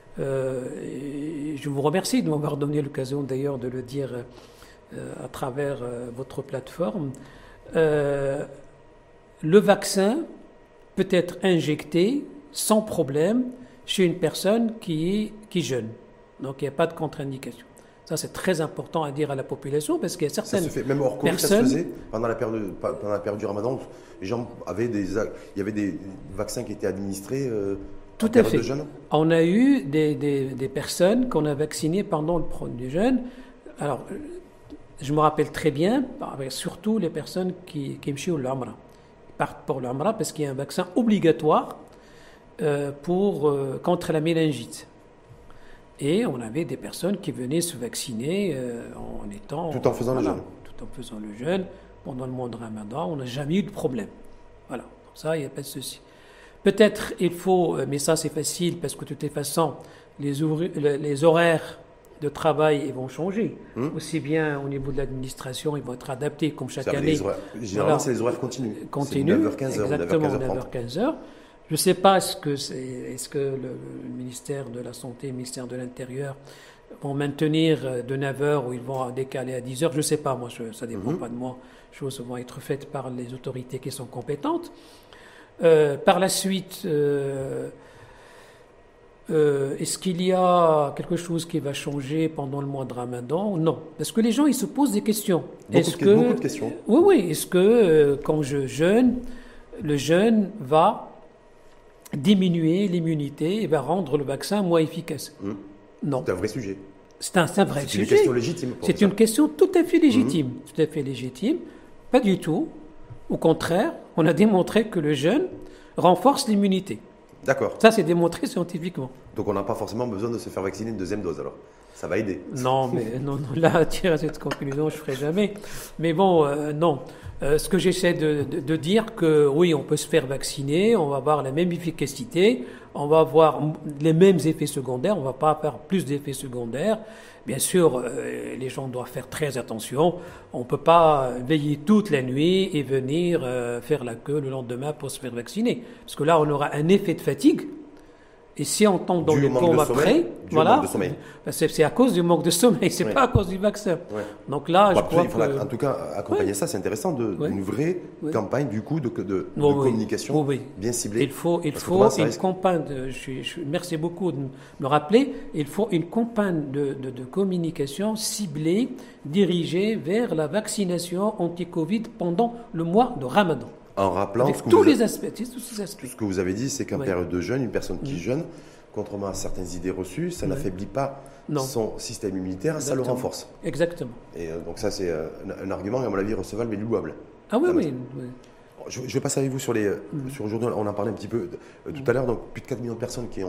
Et je vous remercie de m'avoir donné l'occasion d'ailleurs de le dire à travers votre plateforme. Le vaccin peut être injecté sans problème chez une personne qui jeûne. Donc, il n'y a pas de contre-indication. Ça, c'est très important à dire à la population parce qu'il y a certaines personnes... Même hors Covid, ça se faisait pendant la période du Ramadan. Les gens il y avait des vaccins qui étaient administrés tout à fait. De jeûne. On a eu des personnes qu'on a vaccinées pendant le période du jeûne. Alors, je me rappelle très bien, surtout les personnes qui mchient l'Umra. Ils partent pour l'Umra parce qu'il y a un vaccin obligatoire contre la méningite. Et on avait des personnes qui venaient se vacciner tout en faisant le jeûne. Tout en faisant le jeûne pendant le mois de Ramadan. On n'a jamais eu de problème. Voilà. Donc ça, il n'y a pas de souci. Peut-être il faut, mais ça c'est facile parce que de toute façon, les horaires de travail ils vont changer. Aussi bien au niveau de l'administration, ils vont être adaptés comme chaque année. Généralement, c'est les horaires continus. C'est 9h-15h. Exactement, 9h-15h. Je ne sais pas est-ce que le ministère de la Santé, le ministère de l'Intérieur vont maintenir de 9h ou ils vont décaler à 10h. Je ne sais pas, moi, ça ne dépend pas de moi. Les choses vont être faites par les autorités qui sont compétentes. Par la suite, est-ce qu'il y a quelque chose qui va changer pendant le mois de Ramadan? Non. Parce que les gens, ils se posent des questions. Beaucoup de questions. Oui. Est-ce que quand je jeûne, le jeûne va diminuer l'immunité et va rendre le vaccin moins efficace? Non. C'est un vrai sujet. C'est un vrai sujet. C'est une question légitime. C'est une question tout à fait légitime. Tout à fait légitime. Pas du tout. Au contraire, on a démontré que le jeûne renforce l'immunité. D'accord. Ça, c'est démontré scientifiquement. Donc, on n'a pas forcément besoin de se faire vacciner une deuxième dose, alors. Ça va aider. Non, mais non, là, tirer cette conclusion, je ne ferai jamais. Mais bon, non. Ce que j'essaie de dire, que oui, on peut se faire vacciner, on va avoir la même efficacité, on va avoir les mêmes effets secondaires, on ne va pas avoir plus d'effets secondaires. Bien sûr, les gens doivent faire très attention. On ne peut pas veiller toute la nuit et venir faire la queue le lendemain pour se faire vacciner. Parce que là, on aura un effet de fatigue. Et si on tombe dans le coma après, voilà, c'est à cause du manque de sommeil, c'est pas à cause du vaccin. Ouais. Donc là, je crois en tout cas, accompagner ça, c'est intéressant, d'une vraie campagne du coup de communication bien ciblée. Il faut une campagne. Merci beaucoup de me rappeler. Il faut une campagne de communication ciblée, dirigée vers la vaccination anti-Covid pendant le mois de Ramadan. En rappelant tous ces aspects. Ce que vous avez dit, c'est qu'en période de jeûne, une personne qui jeûne, contrairement à certaines idées reçues, ça n'affaiblit pas son système immunitaire, Exactement. Ça le renforce. Exactement. Et donc ça, c'est un argument, à mon avis, recevable et louable. Ah oui. Je vais passer avec vous sur aujourd'hui, on en parlait un petit peu tout à l'heure, donc plus de 4 millions de personnes qui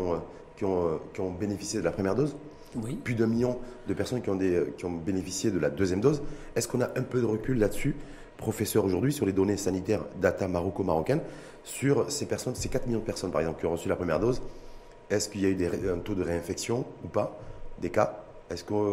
ont bénéficié de la première dose. Oui. Plus d'1 million de personnes qui ont bénéficié de la deuxième dose. Est-ce qu'on a un peu de recul là-dessus, professeur, aujourd'hui, sur les données sanitaires data maroco-marocaines, sur ces 4 millions de personnes, par exemple, qui ont reçu la première dose? Est-ce qu'il y a eu un taux de réinfection ou pas? Des cas? Est-ce qu'il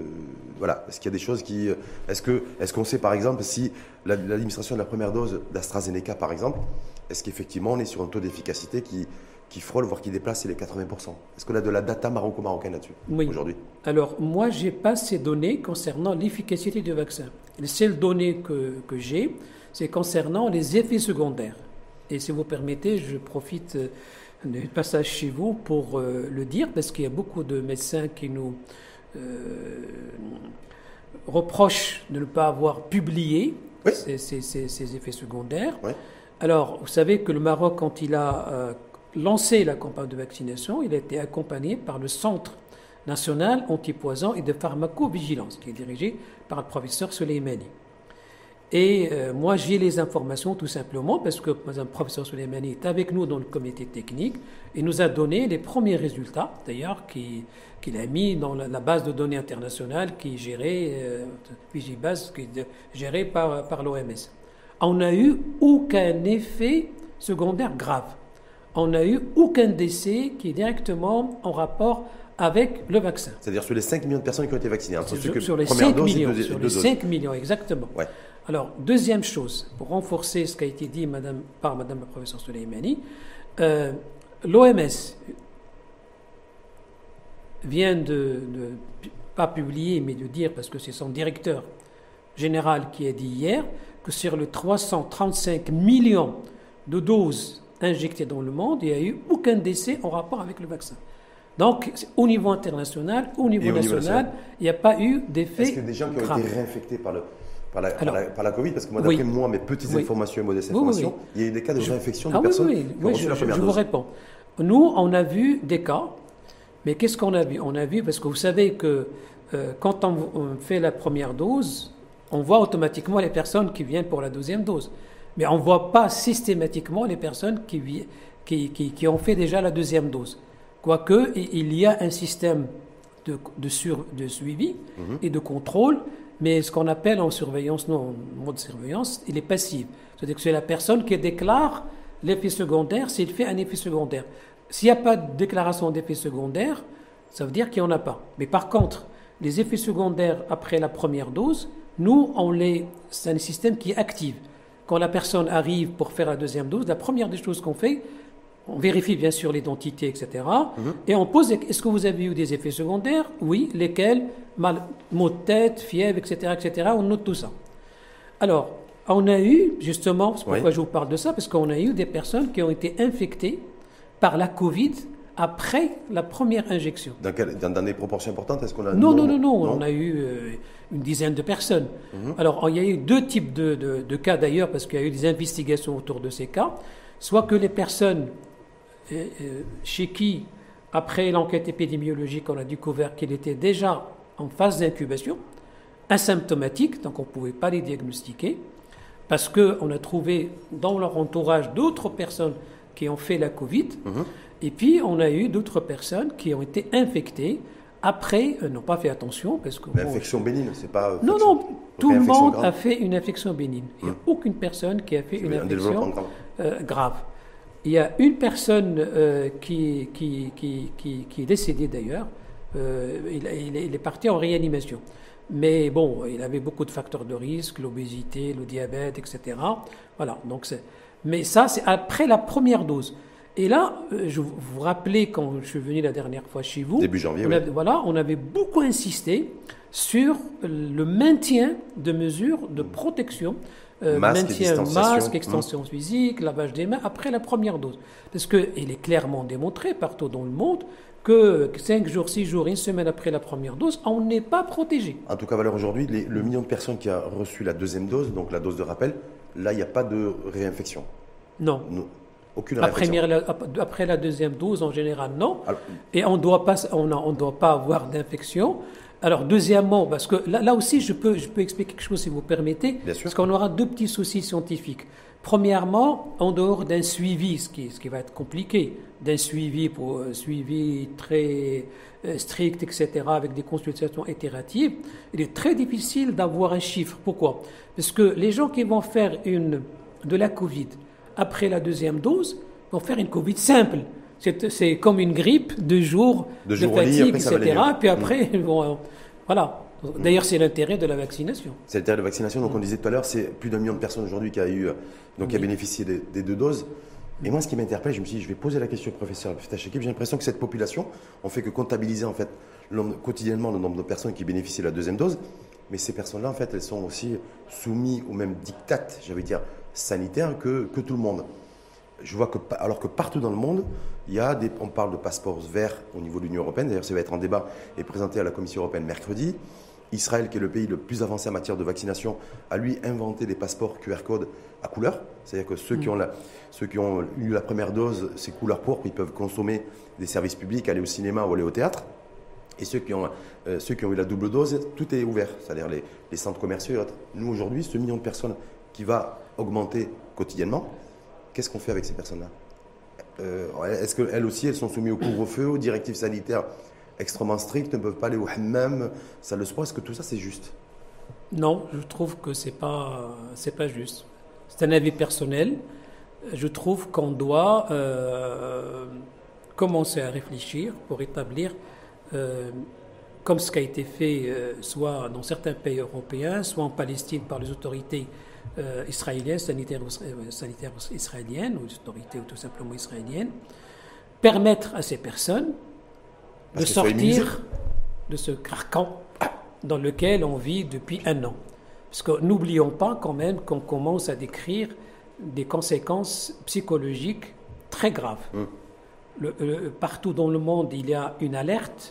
y a des choses qui... Est-ce qu'on sait, par exemple, si l'administration de la première dose d'AstraZeneca, par exemple, est-ce qu'effectivement, on est sur un taux d'efficacité qui frôle, voire qui déplace les 80%? Est-ce qu'on a de la data maroco-marocaine là-dessus aujourd'hui? Alors, moi, je n'ai pas ces données concernant l'efficacité du vaccin. Les seules données que j'ai, c'est concernant les effets secondaires. Et si vous permettez, je profite du passage chez vous pour le dire, parce qu'il y a beaucoup de médecins qui nous reprochent de ne pas avoir publié ces effets secondaires. Oui. Alors, vous savez que le Maroc, quand il a lancé la campagne de vaccination, il a été accompagné par le Centre national antipoison et de pharmacovigilance, qui est dirigé par le professeur Soleimani. Et moi, j'ai les informations tout simplement parce que le professeur Soleimani est avec nous dans le comité technique et nous a donné les premiers résultats, d'ailleurs, qu'il a mis dans la base de données internationale qui est gérée, Vigibase, qui est gérée par l'OMS. On n'a eu aucun effet secondaire grave. On n'a eu aucun décès qui est directement en rapport avec le vaccin. C'est-à-dire sur les 5 millions de personnes qui ont été vaccinées, entre ceux que sur les première 5 dose millions, et deux, sur deux les doses. 5 millions, exactement. Ouais. Alors, deuxième chose, pour renforcer ce qui a été dit par Madame la professeure Soleimani, l'OMS vient de pas publier, mais de dire, parce que c'est son directeur général qui a dit hier, que sur les 335 millions de doses injectées dans le monde, il n'y a eu aucun décès en rapport avec le vaccin. Donc, au niveau international, au niveau national, il n'y a pas eu d'effet grave. Est-ce que des gens qui ont été réinfectés par la Covid, parce que moi, d'après moi, mes petites informations et modestes informations, il y a eu des cas de réinfection de personnes qui ont reçu la première dose. Je vous réponds. Nous, on a vu des cas, mais qu'est-ce qu'on a vu? On a vu, parce que vous savez que quand on fait la première dose, on voit automatiquement les personnes qui viennent pour la deuxième dose. Mais on ne voit pas systématiquement les personnes qui ont fait déjà la deuxième dose. Quoique, il y a un système de suivi et de contrôle, mais ce qu'on appelle en surveillance, non, en mode surveillance, il est passif. C'est-à-dire que c'est la personne qui déclare l'effet secondaire s'il fait un effet secondaire. S'il n'y a pas de déclaration d'effet secondaire, ça veut dire qu'il n'y en a pas. Mais par contre, les effets secondaires après la première dose, nous, c'est un système qui est actif. Quand la personne arrive pour faire la deuxième dose, la première des choses qu'on fait, on vérifie bien sûr l'identité, etc. Et on pose, est-ce que vous avez eu des effets secondaires? Oui, lesquels? Maux de tête, fièvre, etc., etc. On note tout ça. Alors, on a eu, justement, c'est pourquoi je vous parle de ça, parce qu'on a eu des personnes qui ont été infectées par la Covid après la première injection. Dans des proportions importantes, est-ce qu'on a... Non. On a eu une dizaine de personnes. Alors, il y a eu deux types de cas d'ailleurs, parce qu'il y a eu des investigations autour de ces cas. Soit que les personnes chez qui, après l'enquête épidémiologique, on a découvert qu'ils étaient déjà en phase d'incubation, asymptomatiques, donc on ne pouvait pas les diagnostiquer, parce qu'on a trouvé dans leur entourage d'autres personnes qui ont fait la Covid, et puis on a eu d'autres personnes qui ont été infectées après, n'ont pas fait attention, parce que... Mais infection bénigne, c'est pas... Non, tout le monde a fait une infection bénigne. Il n'y a aucune personne qui a fait une infection grave. Il y a une personne qui est décédée d'ailleurs. Il est parti en réanimation. Mais bon, il avait beaucoup de facteurs de risque, l'obésité, le diabète, etc. Voilà. Mais ça, c'est après la première dose. Et là, je vous rappelez quand je suis venu la dernière fois chez vous, début janvier, on avait beaucoup insisté sur le maintien de mesures de protection. Masque, extension physique, lavage des mains après la première dose. Parce qu'il est clairement démontré partout dans le monde que 5 jours, 6 jours, une semaine après la première dose, on n'est pas protégé. En tout cas, Valère, aujourd'hui, le million de personnes qui a reçu la deuxième dose, donc la dose de rappel, là, il n'y a pas de réinfection. Non. Aucune réinfection. Après la deuxième dose, en général, non. Alors, et on ne doit pas avoir d'infection. Alors, deuxièmement, parce que là aussi, je peux expliquer quelque chose, si vous permettez. Bien sûr. Parce qu'on aura deux petits soucis scientifiques. Premièrement, en dehors d'un suivi, ce qui va être compliqué, d'un suivi très strict, etc., avec des consultations itératives, il est très difficile d'avoir un chiffre. Pourquoi? Parce que les gens qui vont faire de la Covid après la deuxième dose vont faire une Covid simple. C'est comme une grippe, 2 jours de fatigue, etc. Puis après, voilà. D'ailleurs, c'est l'intérêt de la vaccination. C'est l'intérêt de la vaccination. Donc, on disait tout à l'heure, c'est plus d'1 million de personnes aujourd'hui qui a bénéficié des 2 doses. Et moi, ce qui m'interpelle, je me suis dit, je vais poser la question au professeur Tachekib. J'ai l'impression que cette population, on fait que comptabiliser en fait quotidiennement le nombre de personnes qui bénéficient de la deuxième dose. Mais ces personnes-là, en fait, elles sont aussi soumises au même diktat, j'allais dire, sanitaire que tout le monde. Je vois alors que partout dans le monde, on parle de passeports verts au niveau de l'Union européenne. D'ailleurs, ça va être en débat et présenté à la Commission européenne mercredi. Israël, qui est le pays le plus avancé en matière de vaccination, a lui inventé des passeports QR code à couleur. C'est-à-dire que ceux qui ont eu la première dose, ces couleurs pourpres, ils peuvent consommer des services publics, aller au cinéma ou aller au théâtre. Et ceux qui ont eu la double dose, tout est ouvert, c'est-à-dire les centres commerciaux et autres. Nous, aujourd'hui, ce million de personnes qui va augmenter quotidiennement, qu'est-ce qu'on fait avec ces personnes-là? Est-ce qu'elles aussi, elles sont soumises au couvre-feu, aux directives sanitaires extrêmement strictes, ne peuvent pas aller au hammam, salle de sport? Est-ce que tout ça, c'est juste? Non, je trouve que c'est pas juste. C'est un avis personnel. Je trouve qu'on doit commencer à réfléchir pour établir, comme ce qui a été fait soit dans certains pays européens, soit en Palestine par les autorités israéliennes, sanitaires israéliennes, ou les autorités ou tout simplement israéliennes, permettre à ces personnes de sortir de ce carcan dans lequel on vit depuis 1 an. Parce que n'oublions pas quand même qu'on commence à décrire des conséquences psychologiques très graves. Partout dans le monde, il y a une alerte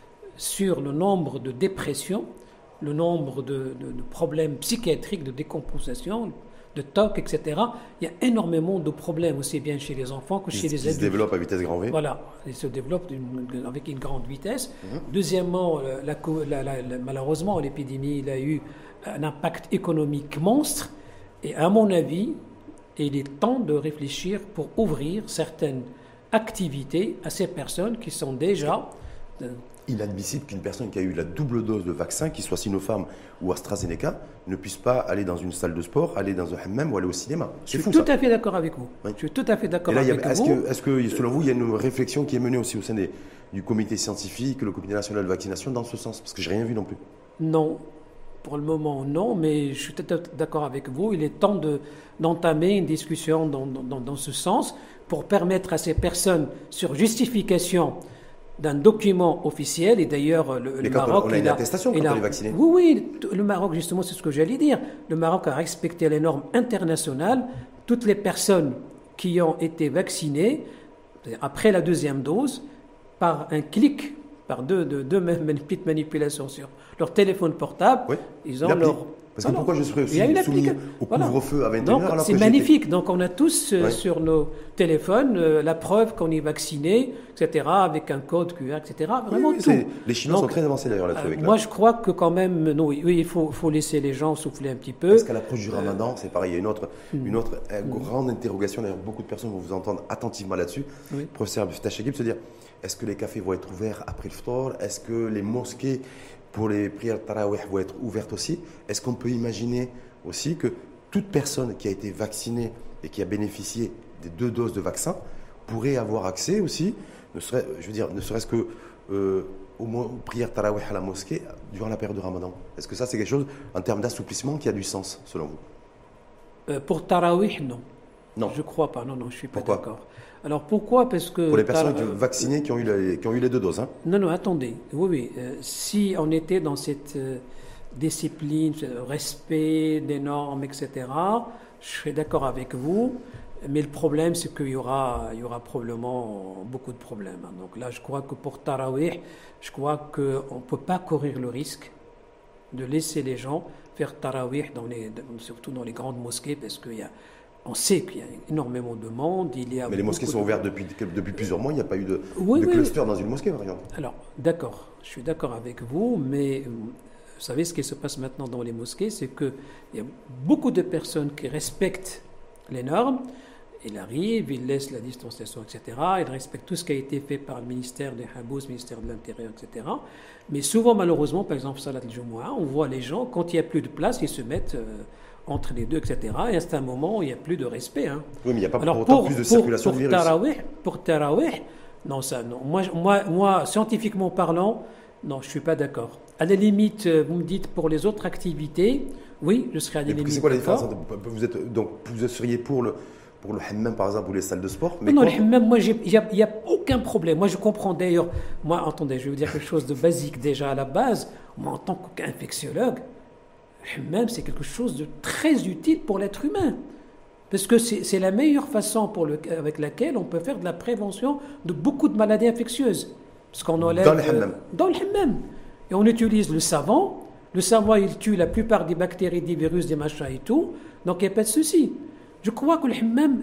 sur le nombre de dépressions, le nombre de problèmes psychiatriques, de décomposition, de TOC, etc. Il y a énormément de problèmes, aussi bien chez les enfants que chez les adultes. Qui se développent à vitesse grand V. Voilà, ils se développent avec une grande vitesse. Deuxièmement, malheureusement, l'épidémie il a eu un impact économique monstre. Et à mon avis, il est temps de réfléchir pour ouvrir certaines activités à ces personnes qui sont déjà... Inadmissible qu'une personne qui a eu la double dose de vaccin, qu'il soit Sinopharm ou AstraZeneca, ne puisse pas aller dans une salle de sport, aller dans un hammam ou aller au cinéma. Je suis tout à fait d'accord avec vous. Oui. Je suis tout à fait d'accord avec vous. Est-ce que, selon vous, il y a une réflexion qui est menée aussi au sein du comité scientifique, le comité national de vaccination, dans ce sens? Parce que je n'ai rien vu non plus. Non. Pour le moment, non, mais je suis tout à fait d'accord avec vous. Il est temps d'entamer une discussion dans ce sens pour permettre à ces personnes, sur justification d'un document officiel, et d'ailleurs le Maroc... On a une attestation quand on est vacciné. Oui, le Maroc, justement, c'est ce que j'allais dire. Le Maroc a respecté les normes internationales. Toutes les personnes qui ont été vaccinées, après la deuxième dose, par un clic, par deux petites manipulations sur leur téléphone portable, ils ont leur... Parce que pourquoi je serais aussi soumis au couvre-feu à 21h? C'est magnifique. Donc on a tous sur nos téléphones la preuve qu'on est vacciné, etc., avec un code QR, etc. Vraiment tout. Les Chinois sont très avancés d'ailleurs là-dessus. Moi je crois que quand même, il faut laisser les gens souffler un petit peu. Parce qu'à l'approche du Ramadan, c'est pareil, il y a une autre grande interrogation. D'ailleurs, beaucoup de personnes vont vous entendre attentivement là-dessus. Professeur Tachekib, se dire, est-ce que les cafés vont être ouverts après le ftor? Est-ce que les mosquées pour les prières tarawih vont être ouvertes aussi? Est-ce qu'on peut imaginer aussi que toute personne qui a été vaccinée et qui a bénéficié des 2 doses de vaccin pourrait avoir accès aussi, ne serait-ce que aux prières tarawih à la mosquée durant la période de Ramadan? Est-ce que ça, c'est quelque chose, en termes d'assouplissement, qui a du sens, selon vous? Pour tarawih, non. Non. Je ne crois pas, non, je ne suis pas d'accord. Alors pourquoi? Parce que... Pour les personnes vaccinées qui ont eu les 2 doses. Hein. Non, attendez. Oui. Si on était dans cette discipline, respect des normes, etc., je serais d'accord avec vous. Mais le problème, c'est qu'il y aura probablement beaucoup de problèmes. Donc là, je crois que pour Tarawih, je crois qu'on ne peut pas courir le risque de laisser les gens faire Tarawih, surtout dans les grandes mosquées, parce on sait qu'il y a énormément de monde. Mais les mosquées sont ouvertes depuis plusieurs mois. Il n'y a pas eu de cluster dans une mosquée, par exemple. Alors, d'accord. Je suis d'accord avec vous, mais vous savez ce qui se passe maintenant dans les mosquées, c'est qu'il y a beaucoup de personnes qui respectent les normes. Ils arrivent, ils laissent la distanciation, etc. Ils respectent tout ce qui a été fait par le ministère des Habous, le ministère de l'Intérieur, etc. Mais souvent, malheureusement, par exemple, Salat al-Jumu'ah, on voit les gens, quand il n'y a plus de place, ils se mettent... entre les deux, etc. Et à un moment, il n'y a plus de respect. Hein. Oui, mais il n'y a pas pour autant plus de circulation de virus. Pour Tarawih, non, ça, non. Moi, scientifiquement parlant, non, je ne suis pas d'accord. À la limite, vous me dites pour les autres activités, oui, je serais à la limite. C'est quoi la différence? Vous seriez pour le hammam, par exemple, ou les salles de sport? Mais non, le hammam, moi, il n'y a aucun problème. Moi, je comprends d'ailleurs. Moi, attendez, je vais vous dire quelque chose de basique déjà à la base. Moi, en tant qu'infectiologue, même c'est quelque chose de très utile pour l'être humain. Parce que c'est la meilleure façon avec laquelle on peut faire de la prévention de beaucoup de maladies infectieuses. Parce qu'on enlève... Dans le hammam. Dans le hammam. Et on utilise le savon Le savon, il tue la plupart des bactéries, des virus, des machins et tout. Donc, il n'y a pas de souci. Je crois que le hammam,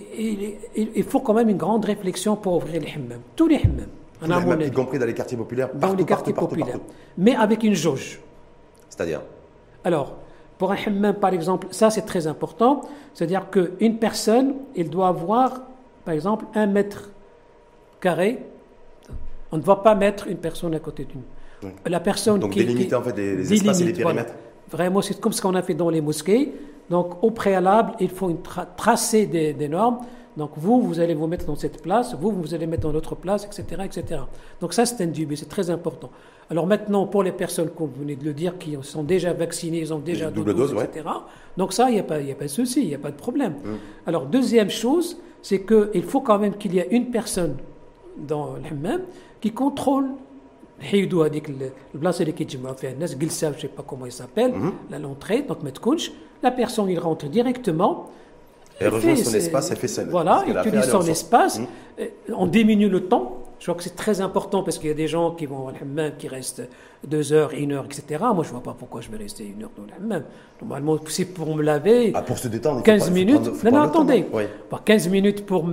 il faut quand même une grande réflexion pour ouvrir les hammams. Tous les hammams. Y compris dans les quartiers populaires, dans les quartiers populaires. Mais avec une jauge. C'est-à-dire? Alors, pour un hammam, par exemple, ça c'est très important. C'est-à-dire qu'une personne, il doit avoir, par exemple, 1 mètre carré. On ne va pas mettre une personne à côté d'une. La personne donc délimiter en fait les espaces et les périmètres. Voilà. Vraiment, c'est comme ce qu'on a fait dans les mosquées. Donc, au préalable, il faut tracer des normes. Donc, vous allez vous mettre dans cette place, vous allez mettre dans l'autre place, etc., etc. Donc, ça, c'est indubitable, c'est très important. Alors maintenant, pour les personnes, comme vous venez de le dire, qui sont déjà vaccinées, ils ont déjà double dose, etc. Donc ça, il n'y a pas de souci, il n'y a pas de problème. Alors, deuxième chose, c'est qu'il faut quand même qu'il y ait une personne dans le hammam qui contrôle حيدوا هذيك البلاصه اللي كيتجمعوا فيها الناس جلسه je sais pas comment il s'appelle l'entrée donc ما تكونش la personne il rentre directement elle rejoint son espace, elle fait ça. Voilà, il utilise son espace, on diminue le temps. Je crois que c'est très important parce qu'il y a des gens qui vont au hammam, qui restent 2 heures, 1 heure, etc. Moi, je ne vois pas pourquoi je vais rester 1 heure dans le hammam. Normalement, c'est pour me laver. Pour se détendre. 15 minutes. Non, attendez. Oui. 15 minutes pour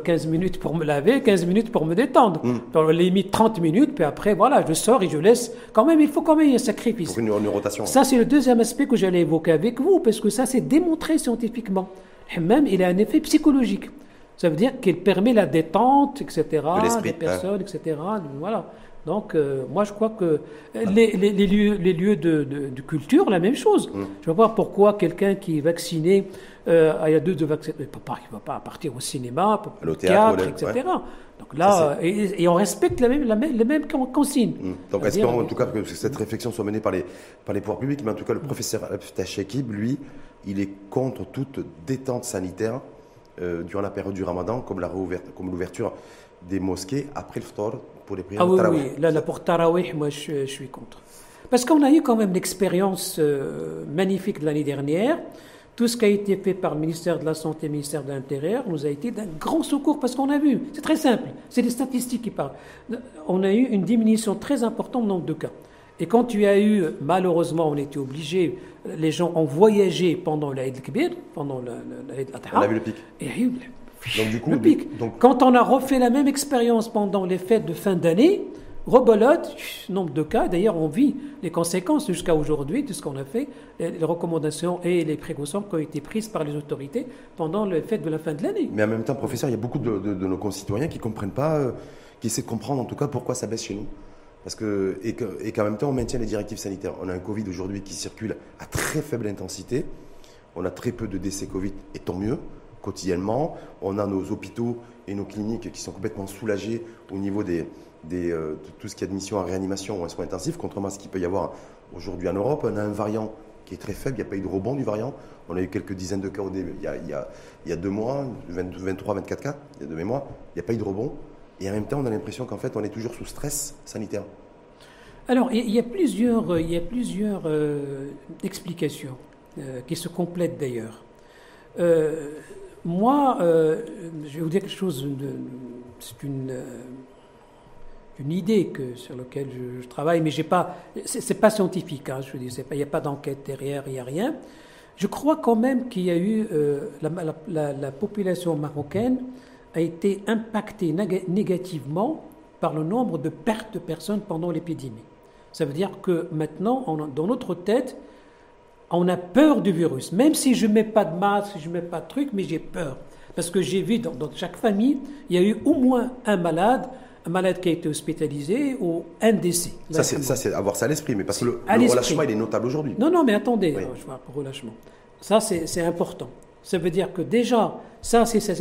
me laver, 15 minutes pour me détendre. Dans la limite 30 minutes, puis après, voilà, je sors et je laisse. Quand même, il faut quand même un sacrifice. Pour une rotation. Ça, c'est le deuxième aspect que j'allais évoquer avec vous, parce que ça, c'est démontré scientifiquement. Le hammam, il a un effet psychologique. Ça veut dire qu'il permet la détente, etc., des personnes, etc. Voilà. Donc, moi, je crois que les lieux de culture, la même chose. Je ne vois pas pourquoi quelqu'un qui est vacciné, il y a 2 vaccins, il ne va pas partir au cinéma, au théâtre, etc. Donc là, et on respecte les mêmes consignes. Donc, espérons en tout cas que cette réflexion soit menée par les pouvoirs publics. Mais en tout cas, le professeur Chekib, lui, il est contre toute détente sanitaire durant la période du Ramadan, comme l'ouverture des mosquées après le ftar pour les prières de Tarawih. Oui, là, pour Tarawih, moi je suis contre. Parce qu'on a eu quand même l'expérience magnifique de l'année dernière. Tout ce qui a été fait par le ministère de la Santé et le ministère de l'Intérieur nous a été d'un grand secours parce qu'on a vu, c'est très simple, c'est des statistiques qui parlent. On a eu une diminution très importante du nombre de cas. Et quand tu as eu, malheureusement, on était obligés, les gens ont voyagé pendant l'Aïd al-Kbir, pendant l'Aïd al-Adha. On a vu le pic. Et il y a eu donc, du coup, le pic. Quand on a refait la même expérience pendant les fêtes de fin d'année, rebolote, nombre de cas. D'ailleurs, on vit les conséquences jusqu'à aujourd'hui de ce qu'on a fait, les recommandations et les précautions qui ont été prises par les autorités pendant les fêtes de la fin de l'année. Mais en même temps, professeur, il y a beaucoup de nos concitoyens qui ne comprennent pas, qui essaient de comprendre en tout cas pourquoi ça baisse chez nous. Et qu'en même temps, on maintient les directives sanitaires. On a un Covid aujourd'hui qui circule à très faible intensité. On a très peu de décès Covid, et tant mieux, quotidiennement. On a nos hôpitaux et nos cliniques qui sont complètement soulagés au niveau de tout ce qui est admission en réanimation ou en soins intensifs, contrairement à ce qu'il peut y avoir aujourd'hui en Europe. On a un variant qui est très faible, il n'y a pas eu de rebond du variant. On a eu quelques dizaines de cas il y a 2 mois, 23, 24 cas de mémoire. Il n'y a pas eu de rebond. Et en même temps, on a l'impression qu'en fait, on est toujours sous stress sanitaire. Alors, il y a plusieurs explications qui se complètent d'ailleurs. Moi, je vais vous dire quelque chose, c'est une idée sur laquelle je travaille, mais c'est pas scientifique, hein, je dis, il n'y a pas d'enquête derrière, il n'y a rien. Je crois quand même qu'il y a eu la population marocaine a été impactée négativement par le nombre de pertes de personnes pendant l'épidémie. Ça veut dire que maintenant, dans notre tête, on a peur du virus. Même si je ne mets pas de masque, si je ne mets pas de truc, mais j'ai peur. Parce que j'ai vu dans chaque famille, il y a eu au moins un malade qui a été hospitalisé ou un décès. Ça, c'est avoir ça à l'esprit. Mais parce que le relâchement, il est notable aujourd'hui. Non, mais attendez, je vois le relâchement. Ça, c'est important. Ça veut dire que déjà, ça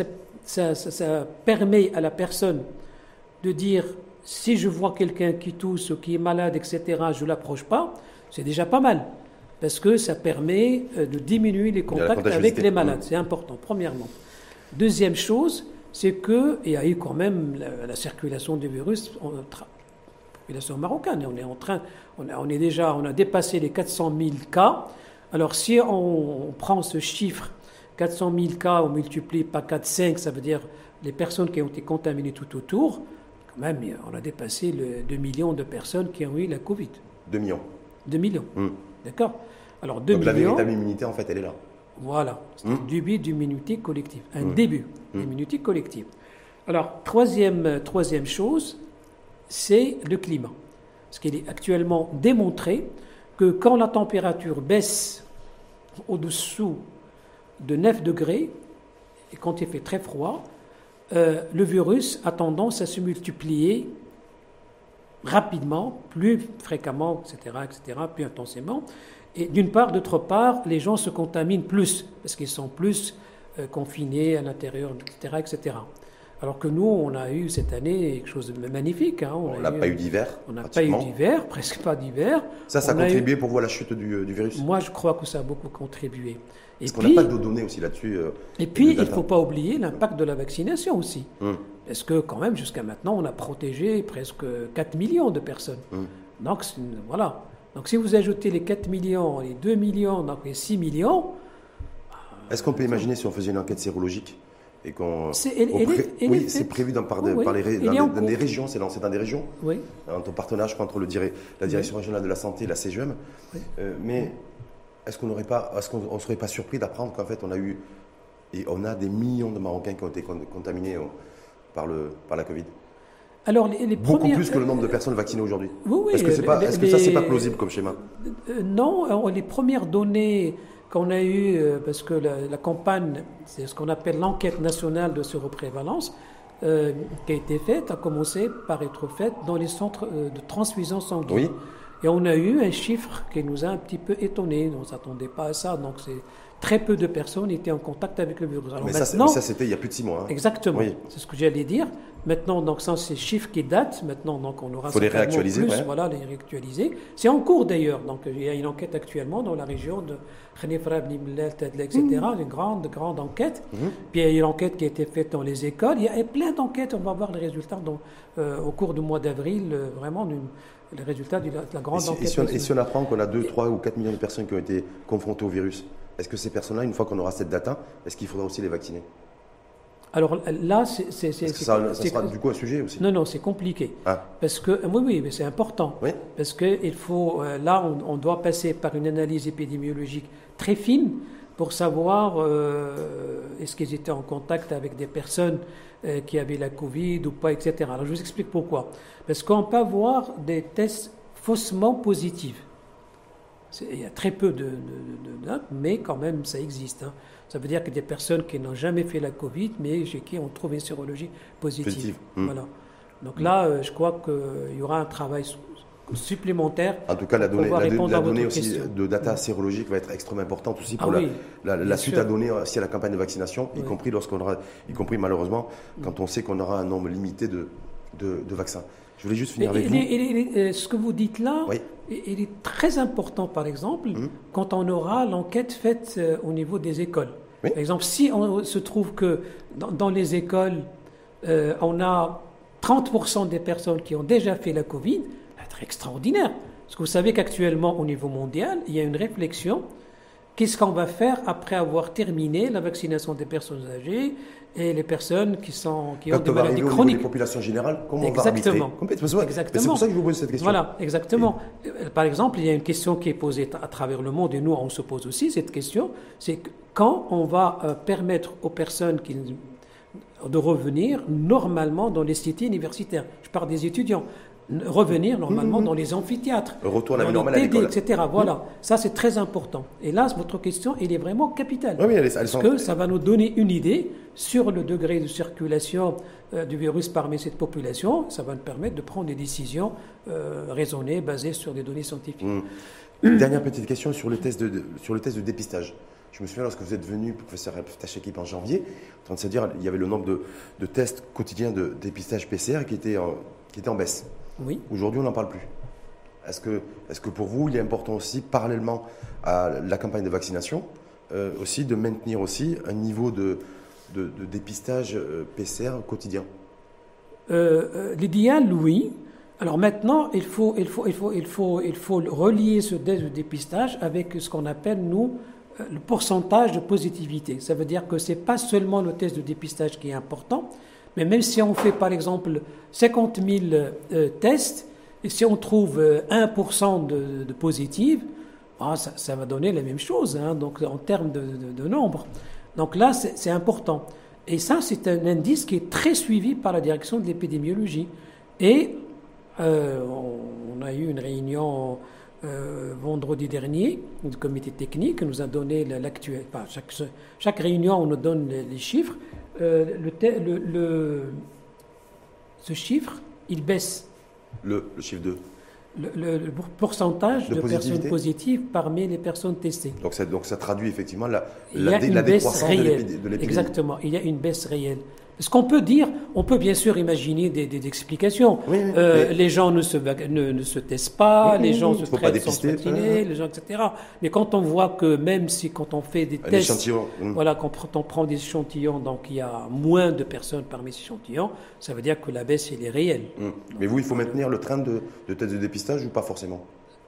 permet à la personne de dire, si je vois quelqu'un qui tousse ou qui est malade, etc., je ne l'approche pas, c'est déjà pas mal. Parce que ça permet de diminuer les contacts avec les malades. C'est important, premièrement. Deuxième chose, c'est qu'il y a eu quand même la circulation du virus en population marocaine. On a dépassé les 400 000 cas. Alors si on prend ce chiffre, 400 000 cas, on multiplie par 4-5, ça veut dire les personnes qui ont été contaminées tout autour. Quand même, on a dépassé 2 millions de personnes qui ont eu la Covid. 2 millions. 2 millions. D'accord? Alors 2 Donc millions... la véritable immunité, en fait, elle est là. Voilà, c'est un début d'immunité collective, un début d'immunité collective. Alors, troisième chose, c'est le climat. Parce qu'il est actuellement démontré que quand la température baisse au-dessous de 9 degrés, et quand il fait très froid, le virus a tendance à se multiplier rapidement, plus fréquemment, etc., plus intensément. Et d'une part, d'autre part, les gens se contaminent plus, parce qu'ils sont plus confinés à l'intérieur, etc. Alors que nous, on a eu cette année quelque chose de magnifique. Hein. On n'a pas eu d'hiver. On n'a pas eu d'hiver, presque pas d'hiver. Ça a contribué pour vous à la chute du virus? Moi, je crois que ça a beaucoup contribué. Parce qu'on n'a pas de données aussi là-dessus. Et puis, il ne faut pas oublier l'impact de la vaccination aussi. Parce que quand même, jusqu'à maintenant, on a protégé presque 4 millions de personnes. Donc, voilà. Donc, si vous ajoutez les 4 millions, les 2 millions, donc les 6 millions... Est-ce qu'on peut imaginer si on faisait une enquête sérologique et qu'on... Oui, c'est prévu dans des régions, c'est lancé dans des régions. Oui. Entre partenariat, je crois, entre la Direction régionale de la santé et la CGM. Oui. Mais est-ce qu'on ne serait pas surpris d'apprendre qu'en fait, on a des millions de Marocains qui ont été contaminés par la Covid? Alors, beaucoup plus que le nombre de personnes vaccinées aujourd'hui. Oui, est-ce que ça, c'est pas plausible comme schéma? Non, les premières données qu'on a eues, parce que la campagne, c'est ce qu'on appelle l'enquête nationale de séroprévalence, qui a été faite, a commencé par être faite dans les centres de transfusion sanguine. Oui. Et on a eu un chiffre qui nous a un petit peu étonnés. On ne s'attendait pas à ça. Donc, très peu de personnes étaient en contact avec le virus. Alors ça, c'était il y a plus de 6 mois. Hein. Exactement. Oui. C'est ce que j'allais dire. Maintenant, donc, ça, c'est chiffres qui datent. Maintenant, donc, on aura... Il faut les réactualiser. Plus, voilà, les réactualiser. C'est en cours, d'ailleurs. Donc, il y a une enquête actuellement dans la région de Khenifra, etc. Une grande enquête. Puis, il y a une enquête qui a été faite dans les écoles. Il y a plein d'enquêtes. On va voir les résultats au cours du mois d'avril. Vraiment, les résultats de la grande enquête. Et si on apprend qu'on a 2, 3 ou 4 millions de personnes qui ont été confrontées au virus, est-ce que ces personnes-là, une fois qu'on aura cette data, est-ce qu'il faudra aussi les vacciner? Alors là, ça sera du coup un sujet aussi. Non, c'est compliqué. Ah. Parce que, oui, mais c'est important. Oui. Parce qu'il faut, là, on doit passer par une analyse épidémiologique très fine pour savoir est-ce qu'ils étaient en contact avec des personnes qui avaient la Covid ou pas, etc. Alors je vous explique pourquoi. Parce qu'on peut avoir des tests faussement positifs. Il y a très peu mais quand même ça existe. Hein. Ça veut dire que des personnes qui n'ont jamais fait la Covid, mais chez qui on trouve une sérologie positive. Voilà. Donc là, je crois qu'il y aura un travail supplémentaire. En tout cas, la donnée aussi de data sérologique va être extrêmement importante aussi pour la suite à donner aussi à la campagne de vaccination, y compris malheureusement quand on sait qu'on aura un nombre limité de vaccins. Je voulais juste finir avec vous. Ce que vous dites là, il est très important, par exemple, quand on aura l'enquête faite au niveau des écoles. Oui. Par exemple, si on se trouve que dans les écoles, on a 30% des personnes qui ont déjà fait la Covid, c'est extraordinaire. Parce que vous savez qu'actuellement, au niveau mondial, il y a une réflexion. Qu'est-ce qu'on va faire après avoir terminé la vaccination des personnes âgées et les personnes qui ont des maladies chroniques? Au niveau des populations générales, comment on va arbitrer? Exactement. C'est pour ça que je vous pose cette question. Voilà, exactement. Par exemple, il y a une question qui est posée à travers le monde, et nous, on se pose aussi cette question, c'est quand on va permettre aux personnes de revenir normalement dans les cités universitaires. Je parle des étudiants. Revenir normalement dans les amphithéâtres, retour à la vie normale à l'école, etc. Voilà, ça c'est très important. Et là, votre question, elle est vraiment capitale. Oui, parce que ça va nous donner une idée sur le degré de circulation du virus parmi cette population. Ça va nous permettre de prendre des décisions raisonnées, basées sur des données scientifiques. Dernière petite question sur le test de dépistage. Je me souviens lorsque vous êtes venu, professeur Tachekip, en janvier, en train de se dire il y avait le nombre de tests quotidiens de dépistage PCR qui était en baisse. Oui. Aujourd'hui, on n'en parle plus. Est-ce que pour vous, il est important aussi, parallèlement à la campagne de vaccination, aussi de maintenir aussi un niveau de dépistage PCR quotidien? L'idéal, oui. Alors maintenant, il faut relier ce dépistage avec ce qu'on appelle, nous, le pourcentage de positivité. Ça veut dire que ce n'est pas seulement le test de dépistage qui est important, mais même si on fait, par exemple, 50 000 tests, et si on trouve 1% de positifs, ça va donner la même chose, hein, donc en termes de nombre. Donc là, c'est important. Et ça, c'est un indice qui est très suivi par la direction de l'épidémiologie. Et on a eu une réunion vendredi dernier du comité technique qui nous a donné l'actuel. Enfin, chaque réunion, on nous donne les chiffres. Ce chiffre, il baisse. Le chiffre 2. Le pourcentage de personnes positives parmi les personnes testées. Donc ça traduit effectivement la décroissance de l'épidémie. Exactement, il y a une baisse réelle. Ce qu'on peut dire, on peut bien sûr imaginer des explications. Les gens ne se testent pas, les gens se traitent sans se vacciner, les gens, etc. Mais quand on voit que même si quand on fait des tests, quand on prend des échantillons, donc il y a moins de personnes parmi ces échantillons, ça veut dire que la baisse, elle est réelle. Mais vous, il faut maintenir le train de tests de dépistage ou pas forcément ?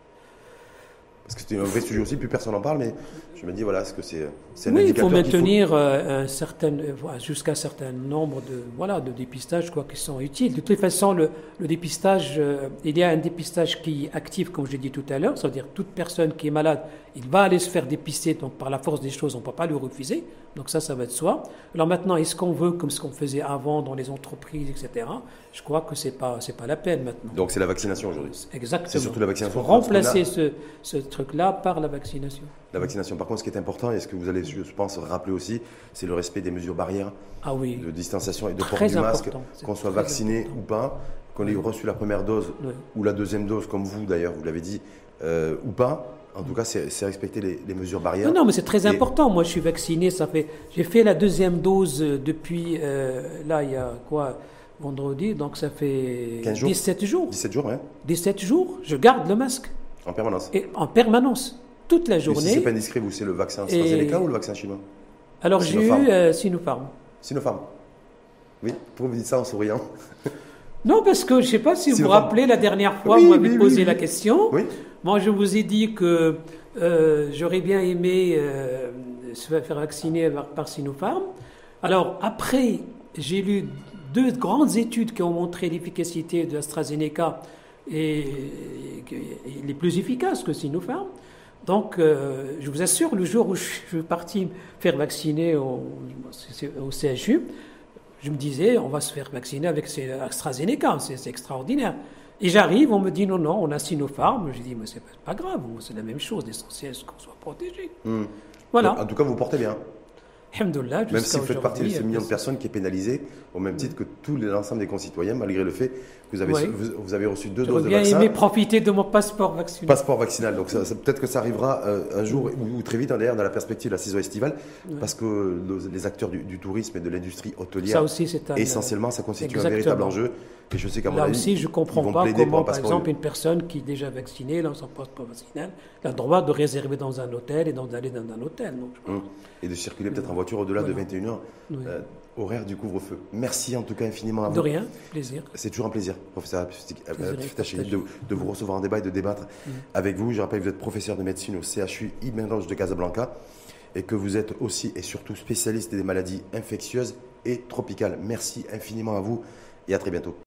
Parce que c'était un vrai sujet aussi, plus personne n'en parle, mais je me dis, voilà, est-ce que c'est un indicateur il faut maintenir jusqu'à un certain nombre de dépistages qui sont utiles. De toute façon, le dépistage, il y a un dépistage qui est actif, comme je l'ai dit tout à l'heure, c'est-à-dire toute personne qui est malade, il va aller se faire dépister, donc par la force des choses, on ne peut pas le refuser. Donc ça va de soi. Alors maintenant, est-ce qu'on veut, comme ce qu'on faisait avant dans les entreprises, etc. Je crois que c'est pas la peine maintenant. Donc c'est la vaccination aujourd'hui. Exactement. C'est surtout la vaccination. Il faut remplacer ce truc-là par la vaccination. La vaccination. Par contre, ce qui est important, et ce que vous allez, je pense, rappeler aussi, c'est le respect des mesures barrières, de distanciation et de port du masque, qu'on soit vacciné ou pas, qu'on ait reçu la première dose ou la deuxième dose, comme vous d'ailleurs, vous l'avez dit, ou pas. En tout cas, c'est respecter les mesures barrières. Non, mais c'est très important. Moi, je suis vacciné. J'ai fait la deuxième dose depuis, il y a vendredi, donc ça fait 17 jours. 17 jours, oui. 17 jours, je garde le masque. En permanence. Et en permanence, toute la journée. Et si c'est pas indiscret, vous, c'est le vaccin AstraZeneca ou le vaccin chinois ? Alors, j'ai eu Sinopharm. Sinopharm. Oui, pourquoi vous dites ça en souriant ? Non, parce que je ne sais pas si vous vous rappelez, la dernière fois, vous m'avez posé la question. Oui. Moi, je vous ai dit que j'aurais bien aimé se faire vacciner par Sinopharm. Alors, après, j'ai lu 2 grandes études qui ont montré l'efficacité de AstraZeneca et les plus efficaces que Sinopharm. Donc, je vous assure, le jour où je suis parti faire vacciner au CHU, je me disais, on va se faire vacciner avec AstraZeneca, c'est extraordinaire. Et j'arrive, on me dit non, on a Sinopharm. Je dis, mais c'est pas grave, c'est la même chose, l'essentiel, c'est qu'on soit protégé. Voilà. En tout cas, vous portez bien. Alhamdoulilah, même si vous faites partie de ces millions de personnes qui est pénalisée, au même titre que l'ensemble des concitoyens, malgré le fait que vous avez reçu 2 doses de vaccin. J'aurais bien aimé profiter de mon passeport vaccinal. Passeport vaccinal, donc peut-être que ça arrivera un jour, ou très vite, d'ailleurs, dans la perspective de la saison estivale, parce que les acteurs du tourisme et de l'industrie hôtelière, ça aussi, essentiellement, ça constitue un véritable enjeu. Et je sais qu'à mon avis, aussi, je ne comprends pas comment, par exemple, une personne qui est déjà vaccinée, dans son passeport vaccinal, a le droit de réserver dans un hôtel et d'aller dans un hôtel. Donc, et de circuler peut-être en voiture au-delà de 21h, horaire du couvre-feu. Merci en tout cas infiniment à vous. De rien, plaisir. C'est toujours un plaisir, professeur Abdel, de vous recevoir en débat et de débattre avec vous. Je rappelle que vous êtes professeur de médecine au CHU Ibn Ange de Casablanca et que vous êtes aussi et surtout spécialiste des maladies infectieuses et tropicales. Merci infiniment à vous et à très bientôt.